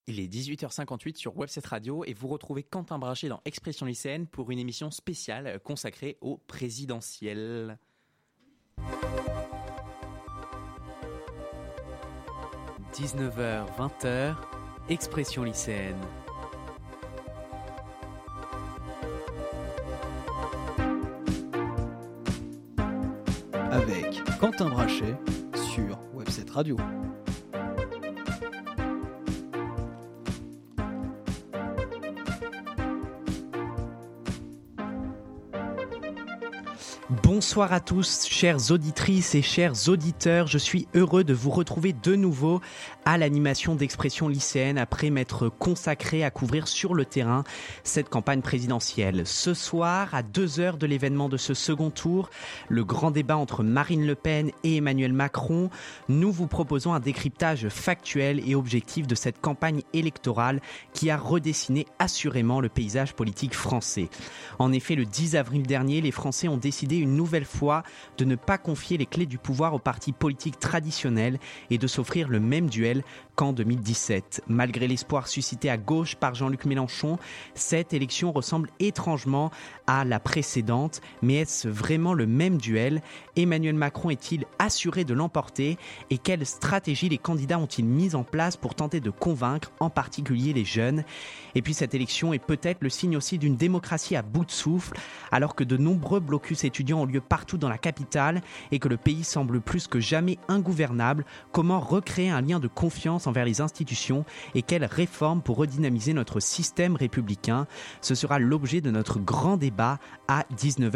Il est 18h58 sur Webset Radio et vous retrouvez Quentin Brachet dans Expression lycéenne pour une émission spéciale consacrée au présidentiel. « 19h, 20h, Expression lycéenne. » Avec Quentin Brachet sur Webset Radio. Bonsoir à tous, chères auditrices et chers auditeurs. Je suis heureux de vous retrouver de nouveau à l'animation d'Expression lycéenne après m'être consacré à couvrir sur le terrain cette campagne présidentielle. Ce soir, à 2 heures de l'événement de ce second tour, le grand débat entre Marine Le Pen et Emmanuel Macron, nous vous proposons un décryptage factuel et objectif de cette campagne électorale qui a redessiné assurément le paysage politique français. En effet, le 10 avril dernier, les Français ont décidé une nouvelle fois de ne pas confier les clés du pouvoir aux partis politiques traditionnels et de s'offrir le même duel qu'en 2017. Malgré l'espoir suscité à gauche par Jean-Luc Mélenchon, cette élection ressemble étrangement à la précédente. Mais est-ce vraiment le même duel ? Emmanuel Macron est-il assuré de l'emporter ? Et quelle stratégie les candidats ont-ils mise en place pour tenter de convaincre, en particulier les jeunes ? Et puis cette élection est peut-être le signe aussi d'une démocratie à bout de souffle, alors que de nombreux blocus étudiants ont lieu partout dans la capitale et que le pays semble plus que jamais ingouvernable. Comment recréer un lien de confiance envers les institutions et quelles réformes pour redynamiser notre système républicain ? Ce sera l'objet de notre grand débat à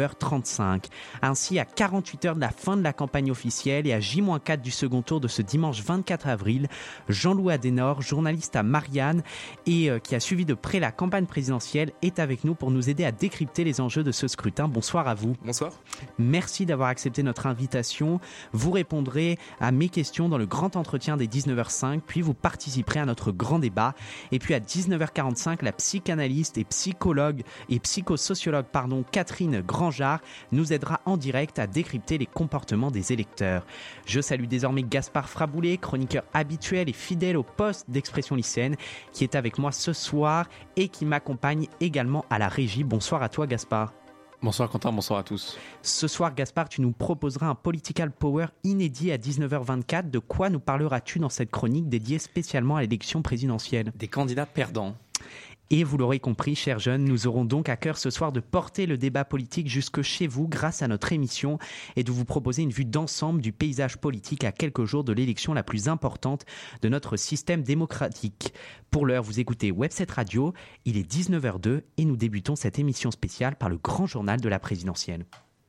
19h35. Ainsi, à 48 heures de la fin de la campagne officielle et à J-4 du second tour de ce dimanche 24 avril, Jean-Loup Adenor, journaliste à Marianne et qui a suivi de près la campagne présidentielle, est avec nous pour nous aider à décrypter les enjeux de ce scrutin. Bonsoir à vous. Bonsoir. Merci d'avoir accepté notre invitation. Vous répondrez à mes questions dans le grand entretien des 19h05, puis vous participerez à notre grand débat. Et puis à 19h45, la psychanalyste et psychosociologue Catherine Grangeard nous aidera en direct à décrypter les comportements des électeurs. Je salue désormais Gaspard Fraboulet, chroniqueur habituel et fidèle au poste d'Expression lycéenne, qui est avec moi ce soir et qui m'accompagne également à la régie. Bonsoir à toi Gaspard. Bonsoir Quentin, bonsoir à tous. Ce soir, Gaspard, tu nous proposeras un Political Power inédit à 19h24. De quoi nous parleras-tu dans cette chronique dédiée spécialement à l'élection présidentielle ? Des candidats perdants. Et vous l'aurez compris, chers jeunes, nous aurons donc à cœur ce soir de porter le débat politique jusque chez vous grâce à notre émission et de vous proposer une vue d'ensemble du paysage politique à quelques jours de l'élection la plus importante de notre système démocratique. Pour l'heure, vous écoutez Webset Radio, il est 19h02 et nous débutons cette émission spéciale par le grand journal de la présidentielle.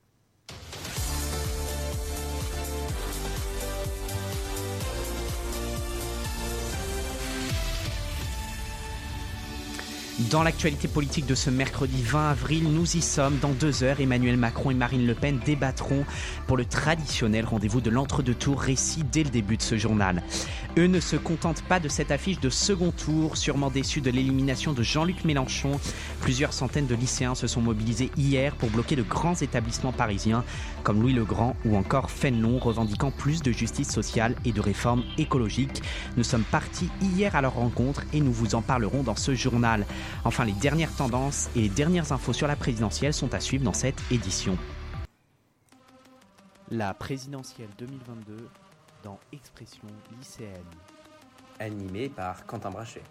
Dans l'actualité politique de ce mercredi 20 avril, nous y sommes. Dans 2 heures, Emmanuel Macron et Marine Le Pen débattront pour le traditionnel rendez-vous de l'entre-deux tours récit dès le début de ce journal. Eux ne se contentent pas de cette affiche de second tour, sûrement déçus de l'élimination de Jean-Luc Mélenchon. Plusieurs centaines de lycéens se sont mobilisés hier pour bloquer de grands établissements parisiens comme Louis le Grand ou encore Fénelon, revendiquant plus de justice sociale et de réformes écologiques. Nous sommes partis hier à leur rencontre et nous vous en parlerons dans ce journal. Enfin, les dernières tendances et les dernières infos sur la présidentielle sont à suivre dans cette édition. La présidentielle 2022 dans Expression lycéenne. Animé par Quentin Brachet.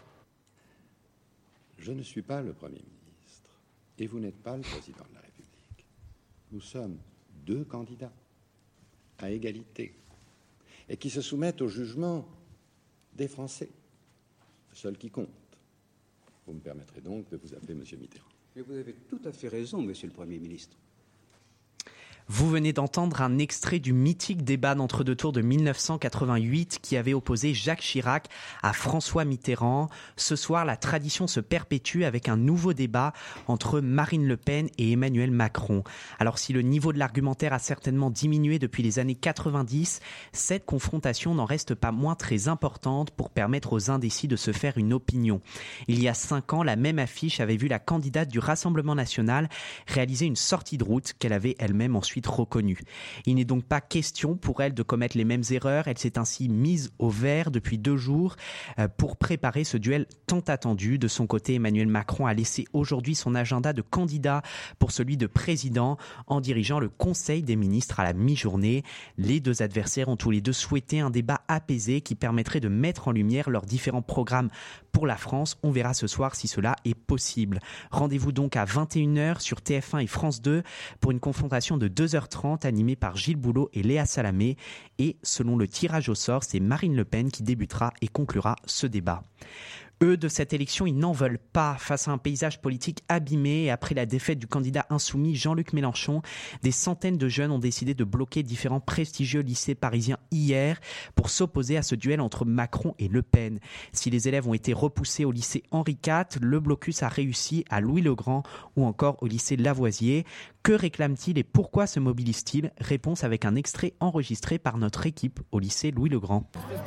Je ne suis pas le Premier ministre et vous n'êtes pas le Président de la République. Nous sommes 2 candidats à égalité et qui se soumettent au jugement des Français, le seul qui compte. Vous me permettrez donc de vous appeler Monsieur Mitterrand. Mais vous avez tout à fait raison, Monsieur le Premier ministre. Vous venez d'entendre un extrait du mythique débat d'entre-deux tours de 1988 qui avait opposé Jacques Chirac à François Mitterrand. Ce soir, la tradition se perpétue avec un nouveau débat entre Marine Le Pen et Emmanuel Macron. Alors si le niveau de l'argumentaire a certainement diminué depuis les années 90, cette confrontation n'en reste pas moins très importante pour permettre aux indécis de se faire une opinion. Il y a 5 ans, la même affiche avait vu la candidate du Rassemblement national réaliser une sortie de route qu'elle avait elle-même ensuite suite reconnue. Il n'est donc pas question pour elle de commettre les mêmes erreurs. Elle s'est ainsi mise au vert depuis 2 jours pour préparer ce duel tant attendu. De son côté, Emmanuel Macron a laissé aujourd'hui son agenda de candidat pour celui de président en dirigeant le Conseil des ministres à la mi-journée. Les 2 adversaires ont tous les 2 souhaité un débat apaisé qui permettrait de mettre en lumière leurs différents programmes pour la France. On verra ce soir si cela est possible. Rendez-vous donc à 21h sur TF1 et France 2 pour une confrontation de 2h30 animée par Gilles Boulot et Léa Salamé. Et selon le tirage au sort, c'est Marine Le Pen qui débutera et conclura ce débat. Eux, de cette élection, ils n'en veulent pas. Face à un paysage politique abîmé et après la défaite du candidat insoumis Jean-Luc Mélenchon, des centaines de jeunes ont décidé de bloquer différents prestigieux lycées parisiens hier pour s'opposer à ce duel entre Macron et Le Pen. Si les élèves ont été repoussés au lycée Henri IV, le blocus a réussi à Louis-le-Grand ou encore au lycée Lavoisier. Que réclament-ils et pourquoi se mobilisent-ils ? Réponse avec un extrait enregistré par notre équipe au lycée Louis-le-Grand.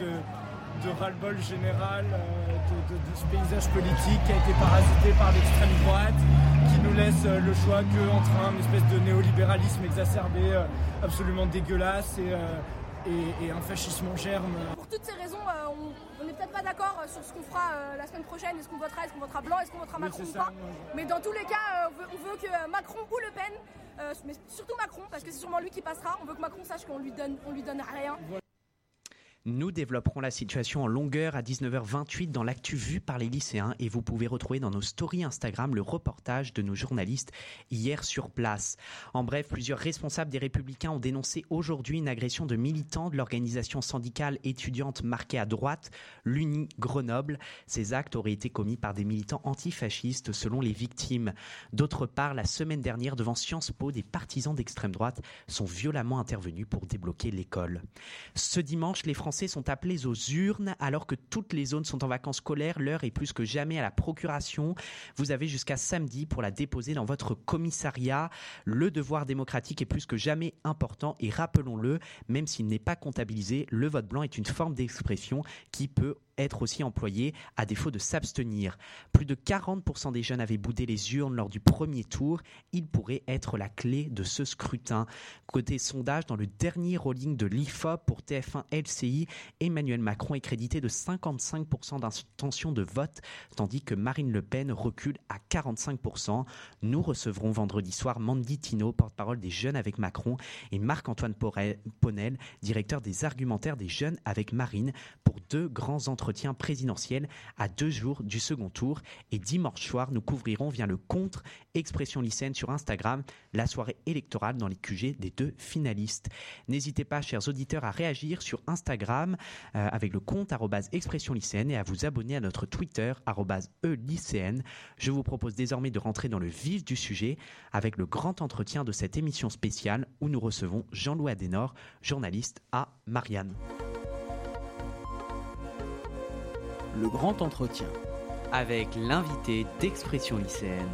De ras-le-bol général de ce paysage politique qui a été parasité par l'extrême droite, qui nous laisse le choix qu'entre une espèce de néolibéralisme exacerbé, absolument dégueulasse, et un fascisme en germe. Pour toutes ces raisons, on n'est peut-être pas d'accord sur ce qu'on fera la semaine prochaine, est-ce qu'on votera blanc, est-ce qu'on votera Macron ou pas. Mais dans tous les cas, on veut que Macron ou Le Pen, mais surtout Macron, parce que c'est sûrement lui qui passera, on veut que Macron sache qu'on lui donne rien. Nous développerons la situation en longueur à 19h28 dans l'actu vue par les lycéens et vous pouvez retrouver dans nos stories Instagram le reportage de nos journalistes hier sur place. En bref, plusieurs responsables des Républicains ont dénoncé aujourd'hui une agression de militants de l'organisation syndicale étudiante marquée à droite, l'Uni Grenoble. Ces actes auraient été commis par des militants antifascistes selon les victimes. D'autre part, la semaine dernière devant Sciences Po, des partisans d'extrême droite sont violemment intervenus pour débloquer l'école. Ce dimanche, les Français sont appelés aux urnes alors que toutes les zones sont en vacances scolaires. L'heure est plus que jamais à la procuration. Vous avez jusqu'à samedi pour la déposer dans votre commissariat. Le devoir démocratique est plus que jamais important et rappelons-le, même s'il n'est pas comptabilisé, le vote blanc est une forme d'expression qui peut être aussi employé à défaut de s'abstenir. Plus de 40% des jeunes avaient boudé les urnes lors du premier tour. Il pourrait être la clé de ce scrutin. Côté sondage, dans le dernier rolling de l'IFOP pour TF1 LCI, Emmanuel Macron est crédité de 55% d'intention de vote, tandis que Marine Le Pen recule à 45%. Nous recevrons vendredi soir Mandy Tino, porte-parole des Jeunes avec Macron, et Marc-Antoine Ponel, directeur des argumentaires des Jeunes avec Marine, pour 2 grands entretiens présidentiels à 2 jours du second tour. Et dimanche soir, nous couvrirons via le compte Expression lycéenne sur Instagram la soirée électorale dans les QG des 2 finalistes. N'hésitez pas, chers auditeurs, à réagir sur Instagram avec le compte @expression lycéenne et à vous abonner à notre Twitter @e-lycéenne. Je vous propose désormais de rentrer dans le vif du sujet avec le grand entretien de cette émission spéciale où nous recevons Jean-Louis Adenor, journaliste à Marianne. Le grand entretien. Avec l'invité d'Expression lycéenne.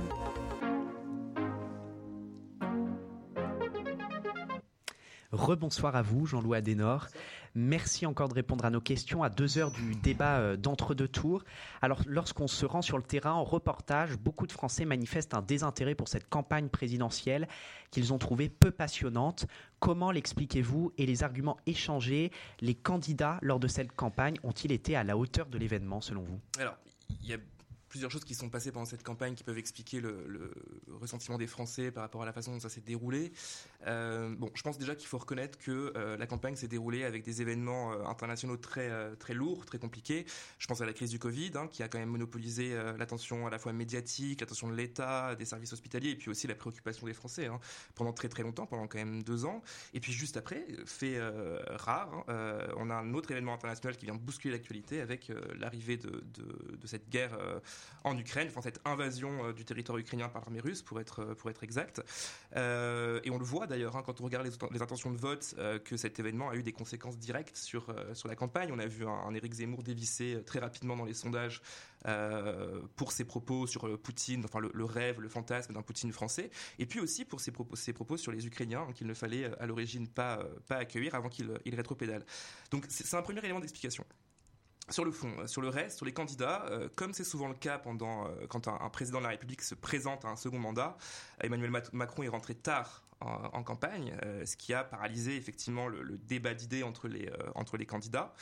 Rebonsoir à vous, Jean-Louis Adenor. Merci encore de répondre à nos questions à 2 heures du débat d'entre-deux tours. Alors, lorsqu'on se rend sur le terrain en reportage, beaucoup de Français manifestent un désintérêt pour cette campagne présidentielle qu'ils ont trouvée peu passionnante. Comment l'expliquez-vous et les arguments échangés, les candidats lors de cette campagne ont-ils été à la hauteur de l'événement selon vous ? Alors, il y a plusieurs choses qui sont passées pendant cette campagne qui peuvent expliquer le ressentiment des Français par rapport à la façon dont ça s'est déroulé. Je pense déjà qu'il faut reconnaître que la campagne s'est déroulée avec des événements internationaux très lourds, très compliqués. Je pense à la crise du Covid, qui a quand même monopolisé l'attention à la fois médiatique, l'attention de l'État, des services hospitaliers, et puis aussi la préoccupation des Français pendant très très longtemps, pendant quand même 2 ans. Et puis juste après, fait rare, on a un autre événement international qui vient bousculer l'actualité avec l'arrivée de cette guerre en Ukraine, enfin cette invasion du territoire ukrainien par l'armée russe pour être exact. Et on le voit d'ailleurs quand on regarde les intentions de vote que cet événement a eu des conséquences directes sur la campagne. On a vu un Éric Zemmour dévisser très rapidement dans les sondages pour ses propos sur Poutine, enfin le rêve, le fantasme d'un Poutine français, et puis aussi pour ses propos sur les Ukrainiens qu'il ne fallait à l'origine pas accueillir avant qu'il rétropédale. Donc c'est un premier élément d'explication. Sur le fond, sur le reste, sur les candidats, comme c'est souvent le cas quand un président de la République se présente à un second mandat, Emmanuel Macron est rentré tard en campagne, ce qui a paralysé effectivement le débat d'idées entre les candidats.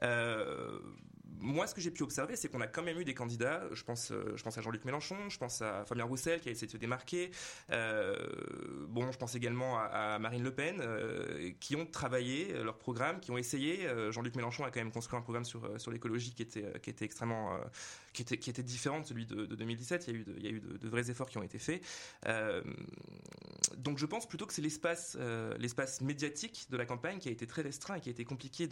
Moi, ce que j'ai pu observer, c'est qu'on a quand même eu des candidats, je pense à Jean-Luc Mélenchon, je pense à Fabien Roussel qui a essayé de se démarquer, je pense également à Marine Le Pen, qui ont travaillé leur programme, qui ont essayé. Jean-Luc Mélenchon a quand même construit un programme sur l'écologie qui était extrêmement... qui était différent de celui de 2017. Il y a eu de vrais efforts qui ont été faits. Donc je pense plutôt que c'est l'espace médiatique de la campagne qui a été très restreint et qui a été compliqué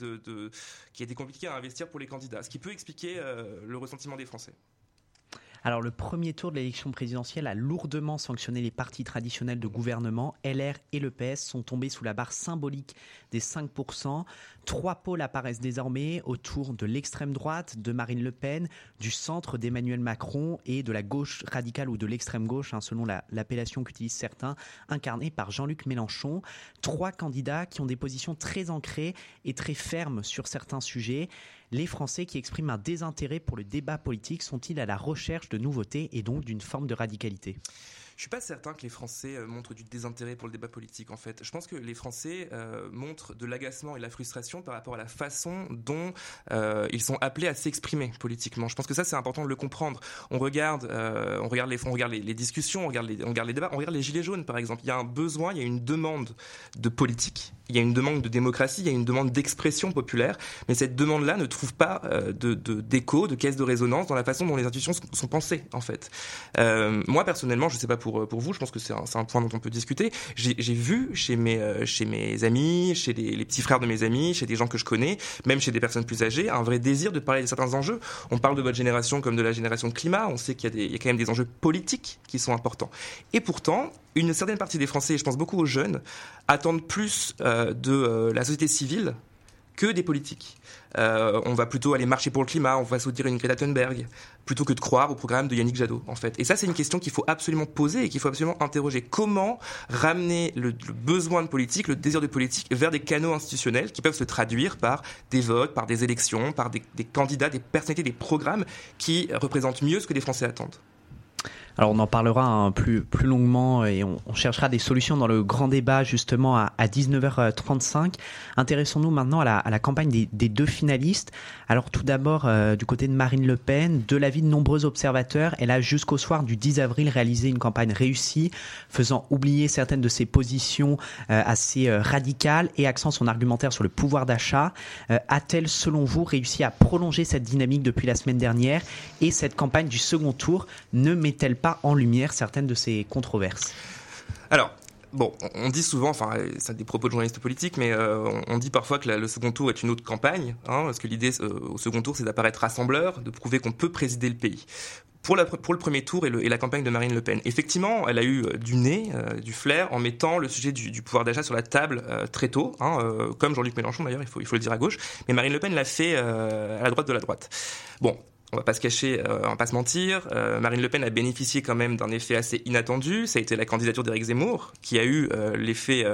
à investir pour les candidats, ce qui peut expliquer le ressentiment des Français. Alors, le premier tour de l'élection présidentielle a lourdement sanctionné les partis traditionnels de gouvernement. LR et le PS sont tombés sous la barre symbolique des 5%. 3 pôles apparaissent désormais autour de l'extrême droite, de Marine Le Pen, du centre d'Emmanuel Macron et de la gauche radicale ou de l'extrême gauche, selon l'appellation qu'utilisent certains, incarnée par Jean-Luc Mélenchon. 3 candidats qui ont des positions très ancrées et très fermes sur certains sujets. Les Français qui expriment un désintérêt pour le débat politique sont-ils à la recherche de nouveautés et donc d'une forme de radicalité ? Je suis pas certain que les Français montrent du désintérêt pour le débat politique, en fait. Je pense que les Français montrent de l'agacement et de la frustration par rapport à la façon dont ils sont appelés à s'exprimer politiquement. Je pense que ça, c'est important de le comprendre. On regarde les discussions, on regarde les débats, on regarde les gilets jaunes, par exemple. Il y a un besoin, il y a une demande de politique, il y a une demande de démocratie, il y a une demande d'expression populaire, mais cette demande-là ne trouve pas d'écho, de caisse de résonance dans la façon dont les institutions sont pensées, en fait. Moi, personnellement, je sais pas pour vous, je pense que c'est un point dont on peut discuter. J'ai vu chez mes amis, chez les petits frères de mes amis, chez des gens que je connais, même chez des personnes plus âgées, un vrai désir de parler de certains enjeux. On parle de votre génération comme de la génération de climat, on sait qu'il y a quand même des enjeux politiques qui sont importants. Et pourtant, une certaine partie des Français, et je pense beaucoup aux jeunes, attendent plus de la société civile que des politiques. On va plutôt aller marcher pour le climat, on va soutenir une Greta Thunberg, plutôt que de croire au programme de Yannick Jadot, en fait. Et ça, c'est une question qu'il faut absolument poser et qu'il faut absolument interroger. Comment ramener le besoin de politique, le désir de politique, vers des canaux institutionnels qui peuvent se traduire par des votes, par des élections, par des candidats, des personnalités, des programmes qui représentent mieux ce que les Français attendent. Alors on en parlera plus longuement et on cherchera des solutions dans le grand débat justement à 19h35. Intéressons-nous maintenant à la campagne des 2 finalistes. Alors tout d'abord du côté de Marine Le Pen, de l'avis de nombreux observateurs, elle a jusqu'au soir du 10 avril réalisé une campagne réussie, faisant oublier certaines de ses positions assez radicales et axant son argumentaire sur le pouvoir d'achat. A-t-elle selon vous réussi à prolonger cette dynamique depuis la semaine dernière et cette campagne du second tour ne met-elle pas en lumière certaines de ces controverses ? Alors, on dit souvent, c'est des propos de journalistes politiques, mais on dit parfois que le second tour est une autre campagne, parce que l'idée au second tour, c'est d'apparaître rassembleur, de prouver qu'on peut présider le pays. Pour le premier tour et la campagne de Marine Le Pen, effectivement, elle a eu du nez, du flair, en mettant le sujet du pouvoir d'achat sur la table très tôt, comme Jean-Luc Mélenchon d'ailleurs, il faut le dire à gauche, mais Marine Le Pen l'a fait à la droite de la droite. Bon. On va pas se cacher, on va pas se mentir. Marine Le Pen a bénéficié quand même d'un effet assez inattendu. Ça a été la candidature d'Éric Zemmour qui a eu l'effet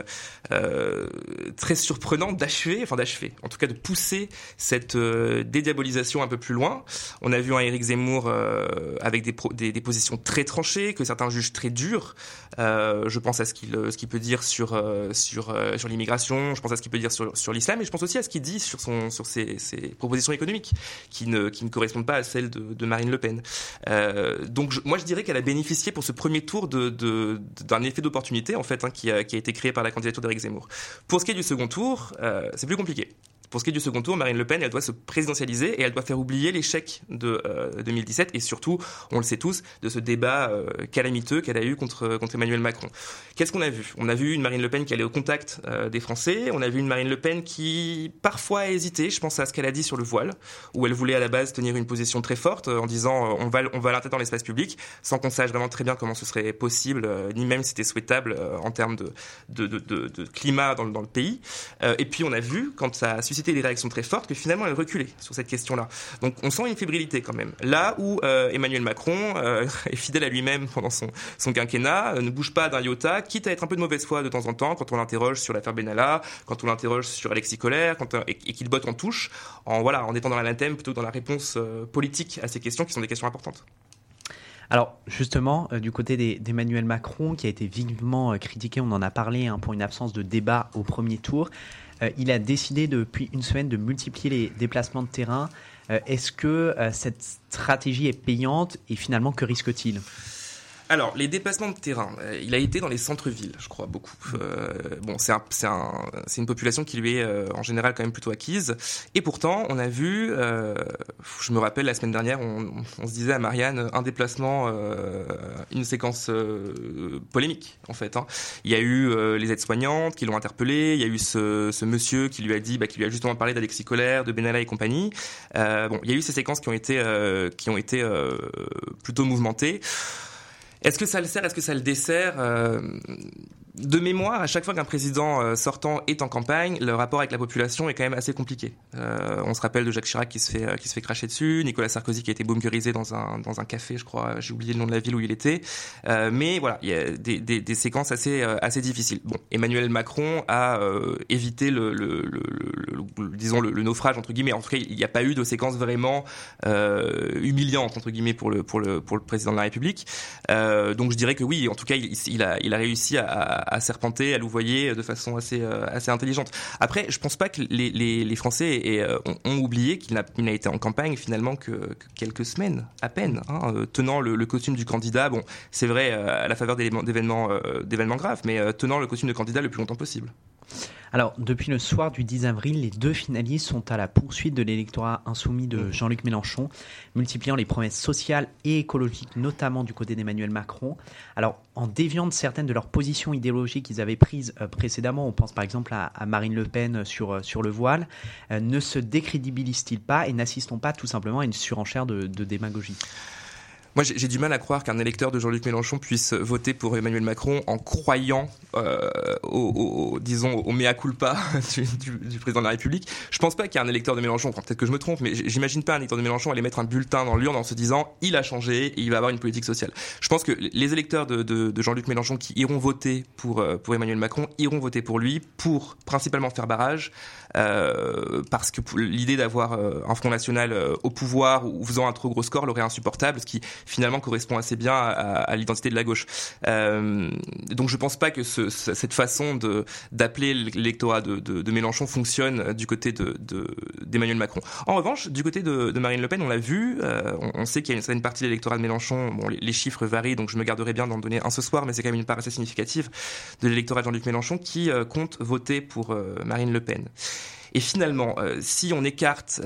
très surprenant d'achever, en tout cas de pousser cette dédiabolisation un peu plus loin. On a vu un Éric Zemmour avec des positions très tranchées, que certains jugent très dures. Je pense à ce qu'il peut dire sur l'immigration, je pense à ce qu'il peut dire sur l'islam, et je pense aussi à ce qu'il dit sur ses propositions économiques qui ne correspondent pas à celle de Marine Le Pen. Donc moi je dirais qu'elle a bénéficié pour ce premier tour d'un effet d'opportunité en fait qui a été créé par la candidature d'Éric Zemmour. Pour ce qui est du second tour, c'est plus compliqué. Pour ce qui est du second tour, Marine Le Pen, elle doit se présidentialiser et elle doit faire oublier l'échec de 2017 et surtout, on le sait tous, de ce débat calamiteux qu'elle a eu contre Emmanuel Macron. Qu'est-ce qu'on a vu ? On a vu une Marine Le Pen qui allait au contact des Français, on a vu une Marine Le Pen qui parfois a hésité, je pense à ce qu'elle a dit sur le voile, où elle voulait à la base tenir une position très forte en disant on va l'interdire dans l'espace public, sans qu'on sache vraiment très bien comment ce serait possible, ni même si c'était souhaitable en termes de climat dans le pays. Et puis on a vu, quand ça a suscité des réactions très fortes, que finalement elle reculait sur cette question-là. Donc on sent une fébrilité quand même. Là où Emmanuel Macron est fidèle à lui-même pendant son quinquennat, ne bouge pas d'un iota, quitte à être un peu de mauvaise foi de temps en temps quand on l'interroge sur l'affaire Benalla, quand on l'interroge sur Alexis Kohler, et qu'il botte en touche, en étant dans l'anathème plutôt que dans la réponse politique à ces questions qui sont des questions importantes. Alors justement, du côté d'Emmanuel Macron, qui a été vivement critiqué, on en a parlé pour une absence de débat au premier tour, il a décidé depuis une semaine de multiplier les déplacements de terrain. Est-ce que cette stratégie est payante et finalement que risque-t-il ? Alors, les déplacements de terrain, il a été dans les centres-villes, je crois, beaucoup. Bon, c'est une population qui lui est en général quand même plutôt acquise. Et pourtant, on a vu, je me rappelle la semaine dernière, on se disait à Marianne, un déplacement, une séquence polémique, en fait. Il y a eu les aides-soignantes qui l'ont interpellé, il y a eu ce monsieur qui lui a dit, qui lui a justement parlé d'Alexis Kohler, de Benalla et compagnie. Bon, il y a eu ces séquences qui ont été plutôt mouvementées. Est-ce que ça le sert ? Est-ce que ça le dessert ? De mémoire, à chaque fois qu'un président sortant est en campagne, le rapport avec la population est quand même assez compliqué. On se rappelle de Jacques Chirac qui se fait cracher dessus, Nicolas Sarkozy qui a été bunkerisé dans un café, je crois, j'ai oublié le nom de la ville où il était. Mais voilà, il y a des séquences assez difficiles. Bon, Emmanuel Macron a évité le naufrage entre guillemets. En tout cas, il n'y a pas eu de séquence vraiment humiliante entre guillemets pour le président de la République. Donc je dirais que oui, en tout cas, il a réussi à serpenter, à louvoyer de façon assez intelligente. Après, je pense pas que les Français ont oublié qu'il n'a été en campagne finalement que quelques semaines à peine, tenant le costume du candidat. Bon, c'est vrai à la faveur d'événements graves, mais tenant le costume de candidat le plus longtemps possible. Alors, depuis le soir du 10 avril, les deux finalistes sont à la poursuite de l'électorat insoumis de Jean-Luc Mélenchon, multipliant les promesses sociales et écologiques, notamment du côté d'Emmanuel Macron. Alors, en déviant de certaines de leurs positions idéologiques qu'ils avaient prises précédemment, on pense par exemple à Marine Le Pen sur le voile, ne se décrédibilisent-ils pas et n'assistons pas tout simplement à une surenchère de démagogie ? Moi, j'ai du mal à croire qu'un électeur de Jean-Luc Mélenchon puisse voter pour Emmanuel Macron en croyant au mea culpa du président de la République. Je pense pas qu'il y ait un électeur de Mélenchon, peut-être que je me trompe, mais j'imagine pas un électeur de Mélenchon aller mettre un bulletin dans l'urne en se disant il a changé et il va avoir une politique sociale. Je pense que les électeurs de Jean-Luc Mélenchon qui iront voter pour Emmanuel Macron iront voter pour lui pour principalement faire barrage. Parce que l'idée d'avoir un Front National au pouvoir ou faisant un trop gros score l'aurait insupportable, ce qui finalement correspond assez bien à l'identité de la gauche. Donc je pense pas que cette façon d'appeler l'électorat de Mélenchon fonctionne du côté d'Emmanuel Macron. En revanche, du côté de Marine Le Pen, on l'a vu, on sait qu'il y a une certaine partie de l'électorat de Mélenchon, bon, les chiffres varient, donc je me garderai bien d'en donner un ce soir, mais c'est quand même une part assez significative de l'électorat de Jean-Luc Mélenchon qui compte voter pour Marine Le Pen. Et finalement, si on écarte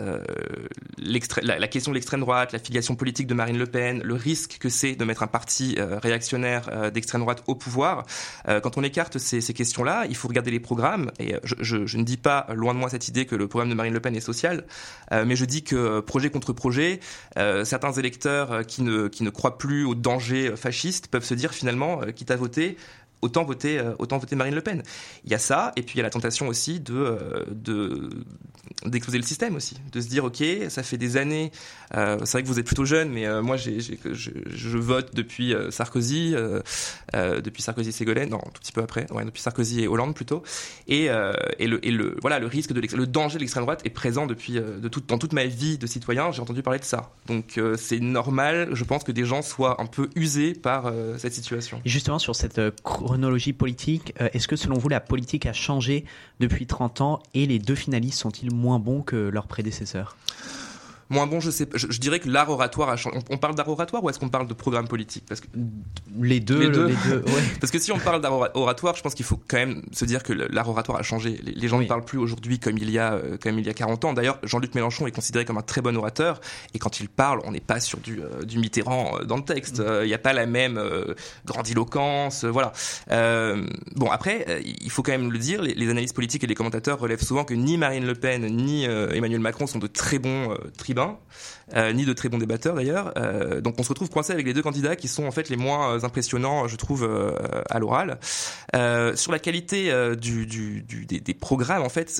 la question de l'extrême droite, la filiation politique de Marine Le Pen, le risque que c'est de mettre un parti réactionnaire d'extrême droite au pouvoir, quand on écarte ces questions-là, il faut regarder les programmes. Et je ne dis pas, loin de moi, cette idée que le programme de Marine Le Pen est social, mais je dis que projet contre projet, certains électeurs qui ne croient plus au danger fasciste peuvent se dire finalement, quitte à voter, autant voter Marine Le Pen. Il y a ça, et puis il y a la tentation aussi d'exploser le système aussi, de se dire ok, ça fait des années, c'est vrai que vous êtes plutôt jeune, mais moi je vote depuis Sarkozy Ségolène, non, un tout petit peu après, depuis Sarkozy et Hollande plutôt, et le risque le danger de l'extrême droite est présent dans toute ma vie de citoyen, j'ai entendu parler de ça. Donc c'est normal, je pense que des gens soient un peu usés par cette situation. Et justement sur cette chronologie politique, est-ce que selon vous la politique a changé depuis 30 ans et les deux finalistes sont-ils moins bons que leurs prédécesseurs ? Moins bon, je sais pas. Je dirais que l'art oratoire a changé. On parle d'art oratoire ou est-ce qu'on parle de programme politique ? Parce que les deux. Ouais. Parce que si on parle d'art oratoire, je pense qu'il faut quand même se dire que l'art oratoire a changé. Les gens ne parlent plus aujourd'hui comme il y a 40 ans. D'ailleurs, Jean-Luc Mélenchon est considéré comme un très bon orateur et quand il parle, on n'est pas sur du Mitterrand dans le texte. Il n'y a pas la même grandiloquence. Voilà. Bon, après, il faut quand même le dire. Les analystes politiques et les commentateurs relèvent souvent que ni Marine Le Pen ni Emmanuel Macron sont de très bons tribuns. Ni de très bons débatteurs d'ailleurs. Donc on se retrouve coincé avec les deux candidats qui sont en fait les moins impressionnants, je trouve, à l'oral. Sur la qualité des programmes, en fait,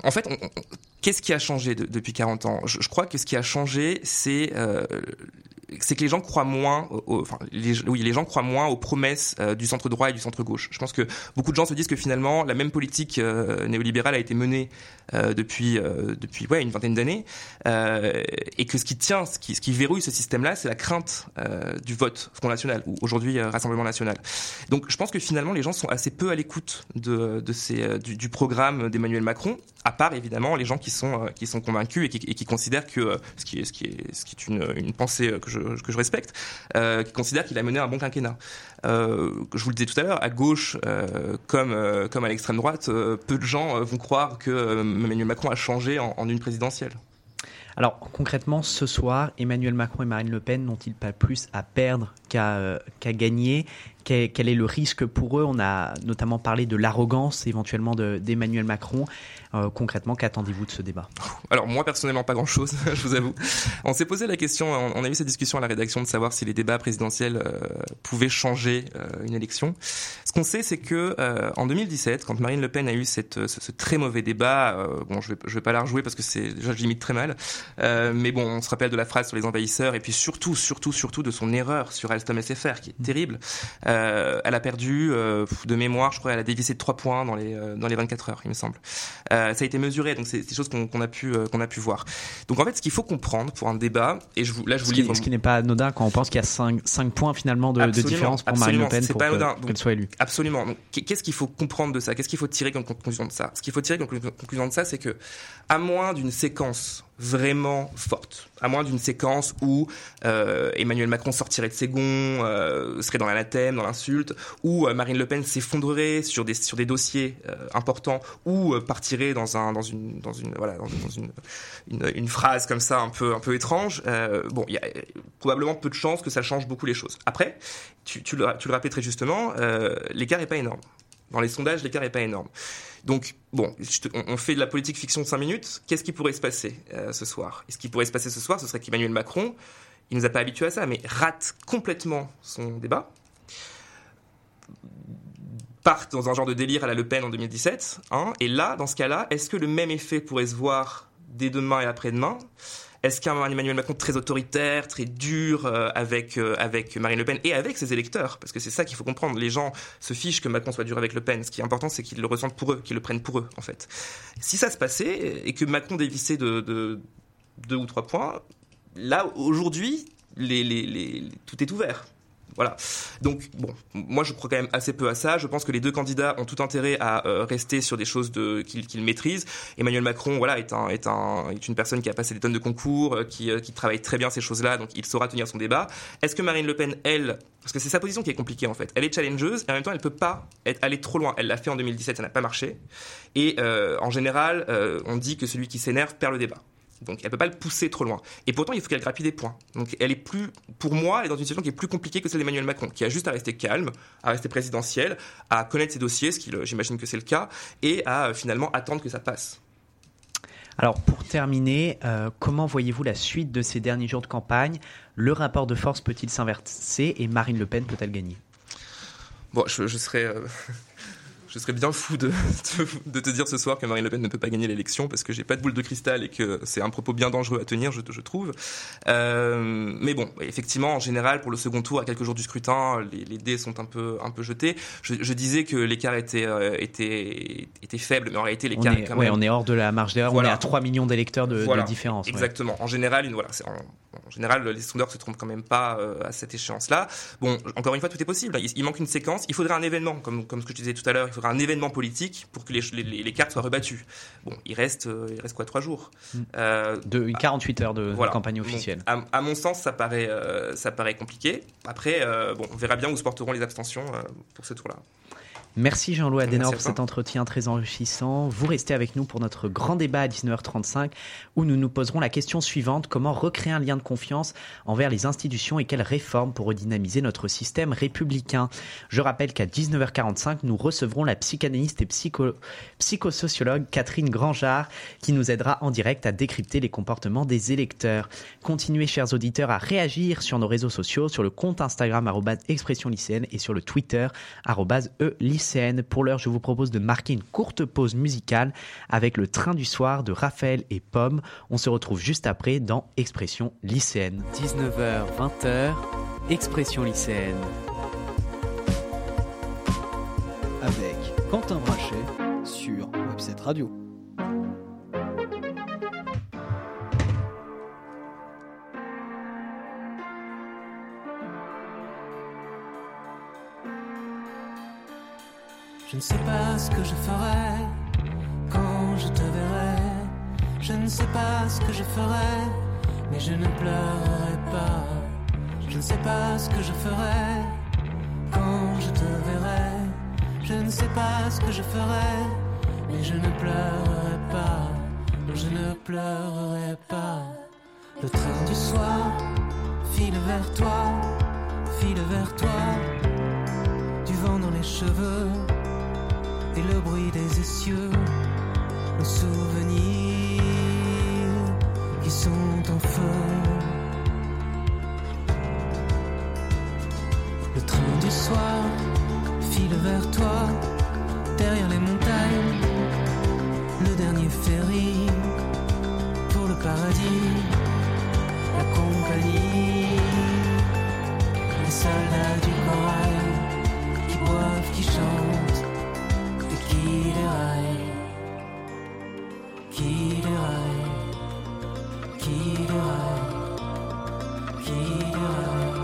qu'est-ce qui a changé depuis 40 ans ? Je crois que ce qui a changé, c'est c'est que les gens croient moins, les gens croient moins aux promesses du centre droit et du centre gauche. Je pense que beaucoup de gens se disent que finalement la même politique néolibérale a été menée depuis une vingtaine d'années, et que ce qui verrouille ce système-là, c'est la crainte du vote Front National ou aujourd'hui Rassemblement National. Donc je pense que finalement les gens sont assez peu à l'écoute du programme d'Emmanuel Macron, à part évidemment les gens qui sont convaincus et qui considèrent que ce qui est une pensée que je respecte, qui considère qu'il a mené un bon quinquennat. Je vous le disais tout à l'heure, à gauche comme à l'extrême droite, peu de gens vont croire que Emmanuel Macron a changé en une présidentielle. Alors concrètement, ce soir, Emmanuel Macron et Marine Le Pen n'ont-ils pas plus à perdre qu'à gagner ? Quel est le risque pour eux ? On a notamment parlé de l'arrogance éventuellement d'Emmanuel Macron. Concrètement, qu'attendez-vous de ce débat ? Alors moi personnellement pas grand-chose, je vous avoue. On s'est posé la question, on a eu cette discussion à la rédaction de savoir si les débats présidentiels pouvaient changer une élection. Ce qu'on sait, c'est que en 2017, quand Marine Le Pen a eu ce très mauvais débat, je vais pas la rejouer parce que déjà je l'imite très mal, mais bon, on se rappelle de la phrase sur les envahisseurs et puis surtout de son erreur sur Alstom SFR qui est terrible. Elle a perdu de mémoire, je crois, elle a dévissé de 3 points dans les 24 heures, il me semble. Ça a été mesuré, donc c'est des choses qu'on a pu voir. Donc en fait, ce qu'il faut comprendre pour un débat, et je vous livre... Ce qui n'est pas anodin quand on pense qu'il y a 5 points finalement de différence pour Marine Le Pen pour qu'elle soit élue. Absolument. Donc, qu'est-ce qu'il faut comprendre de ça ? Qu'est-ce qu'il faut tirer comme conclusion de ça ? Ce qu'il faut tirer comme conclusion de ça, c'est que, à moins d'une séquence vraiment forte, à moins d'une séquence où Emmanuel Macron sortirait de ses gonds, serait dans l'anathème, dans l'insulte, où Marine Le Pen s'effondrerait sur des dossiers importants, ou partirait dans une phrase comme ça un peu étrange. Il y a probablement peu de chances que ça change beaucoup les choses. Après, tu le rappelais très justement, l'écart est pas énorme. Dans les sondages, l'écart est pas énorme. Donc, on fait de la politique fiction de 5 minutes. Qu'est-ce qui pourrait se passer ce soir ? Et ce qui pourrait se passer ce soir, ce serait qu'Emmanuel Macron, il nous a pas habitués à ça, mais rate complètement son débat, part dans un genre de délire à la Le Pen en 2017, et là, dans ce cas-là, est-ce que le même effet pourrait se voir dès demain et après-demain ? Est-ce qu'un Emmanuel Macron très autoritaire, très dur avec Marine Le Pen et avec ses électeurs ? Parce que c'est ça qu'il faut comprendre. Les gens se fichent que Macron soit dur avec Le Pen. Ce qui est important, c'est qu'ils le ressentent pour eux, qu'ils le prennent pour eux, en fait. Si ça se passait et que Macron dévissait de 2 ou 3 points, là, aujourd'hui, tout est ouvert. Voilà. Donc, moi, je crois quand même assez peu à ça. Je pense que les deux candidats ont tout intérêt à rester sur des choses qu'ils maîtrisent. Emmanuel Macron, est une personne qui a passé des tonnes de concours, qui travaille très bien ces choses-là, donc il saura tenir son débat. Est-ce que Marine Le Pen, elle, parce que c'est sa position qui est compliquée en fait, elle est challengeuse et en même temps elle peut pas aller trop loin. Elle l'a fait en 2017, ça n'a pas marché. Et en général, on dit que celui qui s'énerve perd le débat. Donc elle peut pas le pousser trop loin. Et pourtant, il faut qu'elle grappille des points. Donc pour moi, elle est dans une situation qui est plus compliquée que celle d'Emmanuel Macron, qui a juste à rester calme, à rester présidentielle, à connaître ses dossiers, j'imagine que c'est le cas, et à finalement attendre que ça passe. Alors pour terminer, comment voyez-vous la suite de ces derniers jours de campagne ? Le rapport de force peut-il s'inverser et Marine Le Pen peut-elle gagner ? Bon, je serais bien fou de te dire ce soir que Marine Le Pen ne peut pas gagner l'élection parce que j'ai pas de boule de cristal et que c'est un propos bien dangereux à tenir, je trouve. Mais bon, effectivement, en général, pour le second tour, à quelques jours du scrutin, les dés sont un peu jetés. Je disais que l'écart était faible, mais en réalité, l'écart est quand même... on est hors de la marge d'erreur. Voilà. On est à 3 millions d'électeurs de différence. Exactement. Ouais. En général, en général, les sondeurs se trompent quand même pas à cette échéance-là. Bon, encore une fois, tout est possible. Il manque une séquence. Il faudrait un événement, comme ce que je disais tout à l'heure. Il faudrait un événement politique pour que les cartes soient rebattues. Bon, il reste quoi, 3 jours. 48 heures de campagne officielle. Donc, à mon sens, ça paraît compliqué. Après, on verra bien où se porteront les abstentions pour ce tour-là. Merci Jean-Loup Adenauer pour cet entretien très enrichissant. Vous restez avec nous pour notre grand débat à 19h35 où nous nous poserons la question suivante: comment recréer un lien de confiance envers les institutions et quelles réformes pour redynamiser notre système républicain? Je rappelle qu'à 19h45, nous recevrons la psychanalyste et psychosociologue Catherine Grangeard qui nous aidera en direct à décrypter les comportements des électeurs. Continuez, chers auditeurs, à réagir sur nos réseaux sociaux, sur le compte Instagram @expressionlycéenne et sur le Twitter @e-lycéenne. lycéenne. Pour l'heure, je vous propose de marquer une courte pause musicale avec le train du soir de Raphaël et Pomme. On se retrouve juste après dans Expression lycéenne. 19h, 20h, Expression lycéenne. Avec Quentin Brachet sur Web7 Radio. Je ne sais pas ce que je ferai quand je te verrai. Je ne sais pas ce que je ferai, mais je ne pleurerai pas. Je ne sais pas ce que je ferai quand je te verrai. Je ne sais pas ce que je ferai, mais je ne pleurerai pas. Non, je ne pleurerai pas. Le train du soir file vers toi, file vers toi. Du vent dans les cheveux et le bruit des essieux, nos souvenirs qui sont en feu. Le train du soir file vers toi, derrière les montagnes, le dernier ferry pour le paradis, la compagnie, les soldats du corail qui boivent, qui chantent. Qui déraille, qui déraille, qui déraille, qui déraille.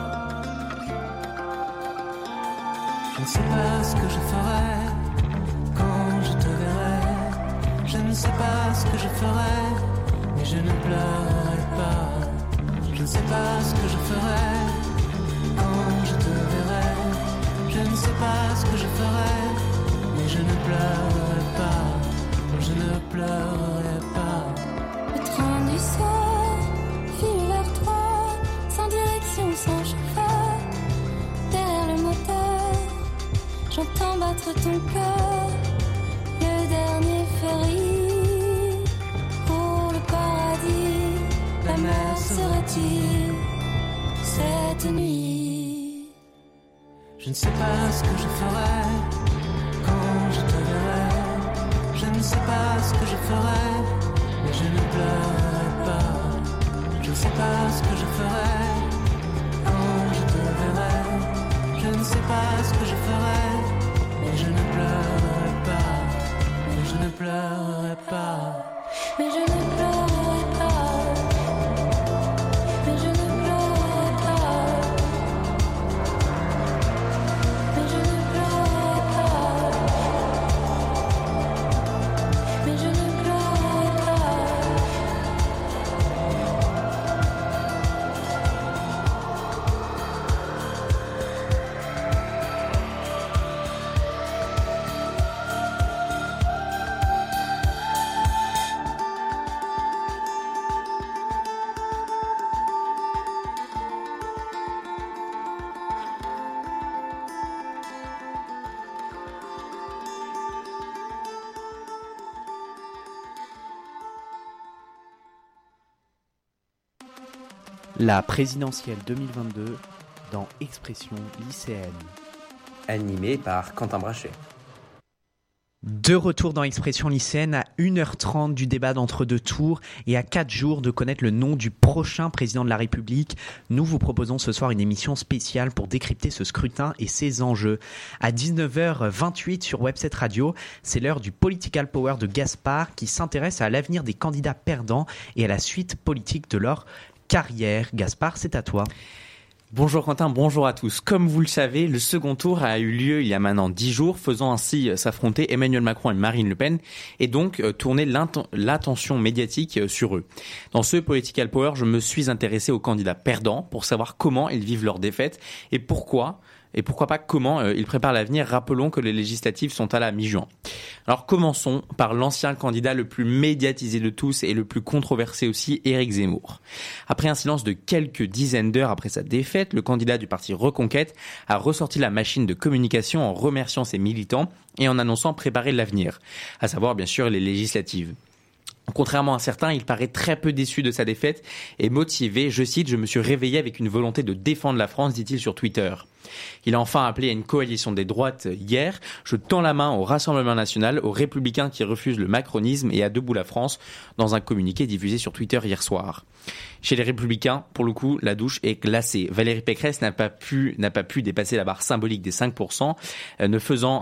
Je ne sais pas ce que je ferai quand je te verrai. Je ne sais pas ce que je ferai, mais je ne pleurerai pas. Je ne sais pas ce que je ferai quand je te verrai. Je ne sais pas ce que je ferai, mais je ne pleurerai pas, je ne pleurerai pas. Le train du soir file vers toi, sans direction, sans chauffeur. Derrière le moteur, j'entends battre ton cœur. Le dernier ferry pour le paradis. La mer se retire cette nuit. Je ne sais pas ce que je ferai quand je te verrai. Je ne sais pas ce que je ferai, mais je ne pleurerai pas. Je ne sais pas ce que je ferai quand je te verrai. Je ne sais pas ce que je ferai, mais je ne pleurerai pas. Mais je ne pleurerai pas. Mais je ne pleurerai pas. Mais je ne pleurerai pas. Mais je ne pleurerai pas. Mais je ne pleurerai pas. La présidentielle 2022 dans Expression lycéenne. Animé par Quentin Brachet. De retour dans Expression lycéenne à 1h30 du débat d'entre-deux tours et à 4 jours de connaître le nom du prochain président de la République. Nous vous proposons ce soir une émission spéciale pour décrypter ce scrutin et ses enjeux. À 19h28 sur Web7 Radio, c'est l'heure du Political Power de Gaspard qui s'intéresse à l'avenir des candidats perdants et à la suite politique de leur carrière. Gaspard, c'est à toi. Bonjour Quentin, bonjour à tous. Comme vous le savez, le second tour a eu lieu il y a maintenant 10 jours, faisant ainsi s'affronter Emmanuel Macron et Marine Le Pen, et donc tourner l'attention médiatique sur eux. Dans ce Political Power, je me suis intéressé aux candidats perdants pour savoir comment ils vivent leur défaite et pourquoi pas comment ils préparent l'avenir. Rappelons que les législatives sont à la mi-juin. Alors commençons par l'ancien candidat le plus médiatisé de tous et le plus controversé aussi, Éric Zemmour. Après un silence de quelques dizaines d'heures après sa défaite, le candidat du parti Reconquête a ressorti la machine de communication en remerciant ses militants et en annonçant préparer l'avenir, à savoir bien sûr les législatives. Contrairement à certains, il paraît très peu déçu de sa défaite et motivé. Je cite, « Je me suis réveillé avec une volonté de défendre la France », dit-il sur Twitter. Il a enfin appelé à une coalition des droites hier. Je tends la main au Rassemblement national, aux Républicains qui refusent le macronisme et à Debout la France dans un communiqué diffusé sur Twitter hier soir. Chez les Républicains, pour le coup, la douche est glacée. Valérie Pécresse n'a pas pu dépasser la barre symbolique des 5%, ne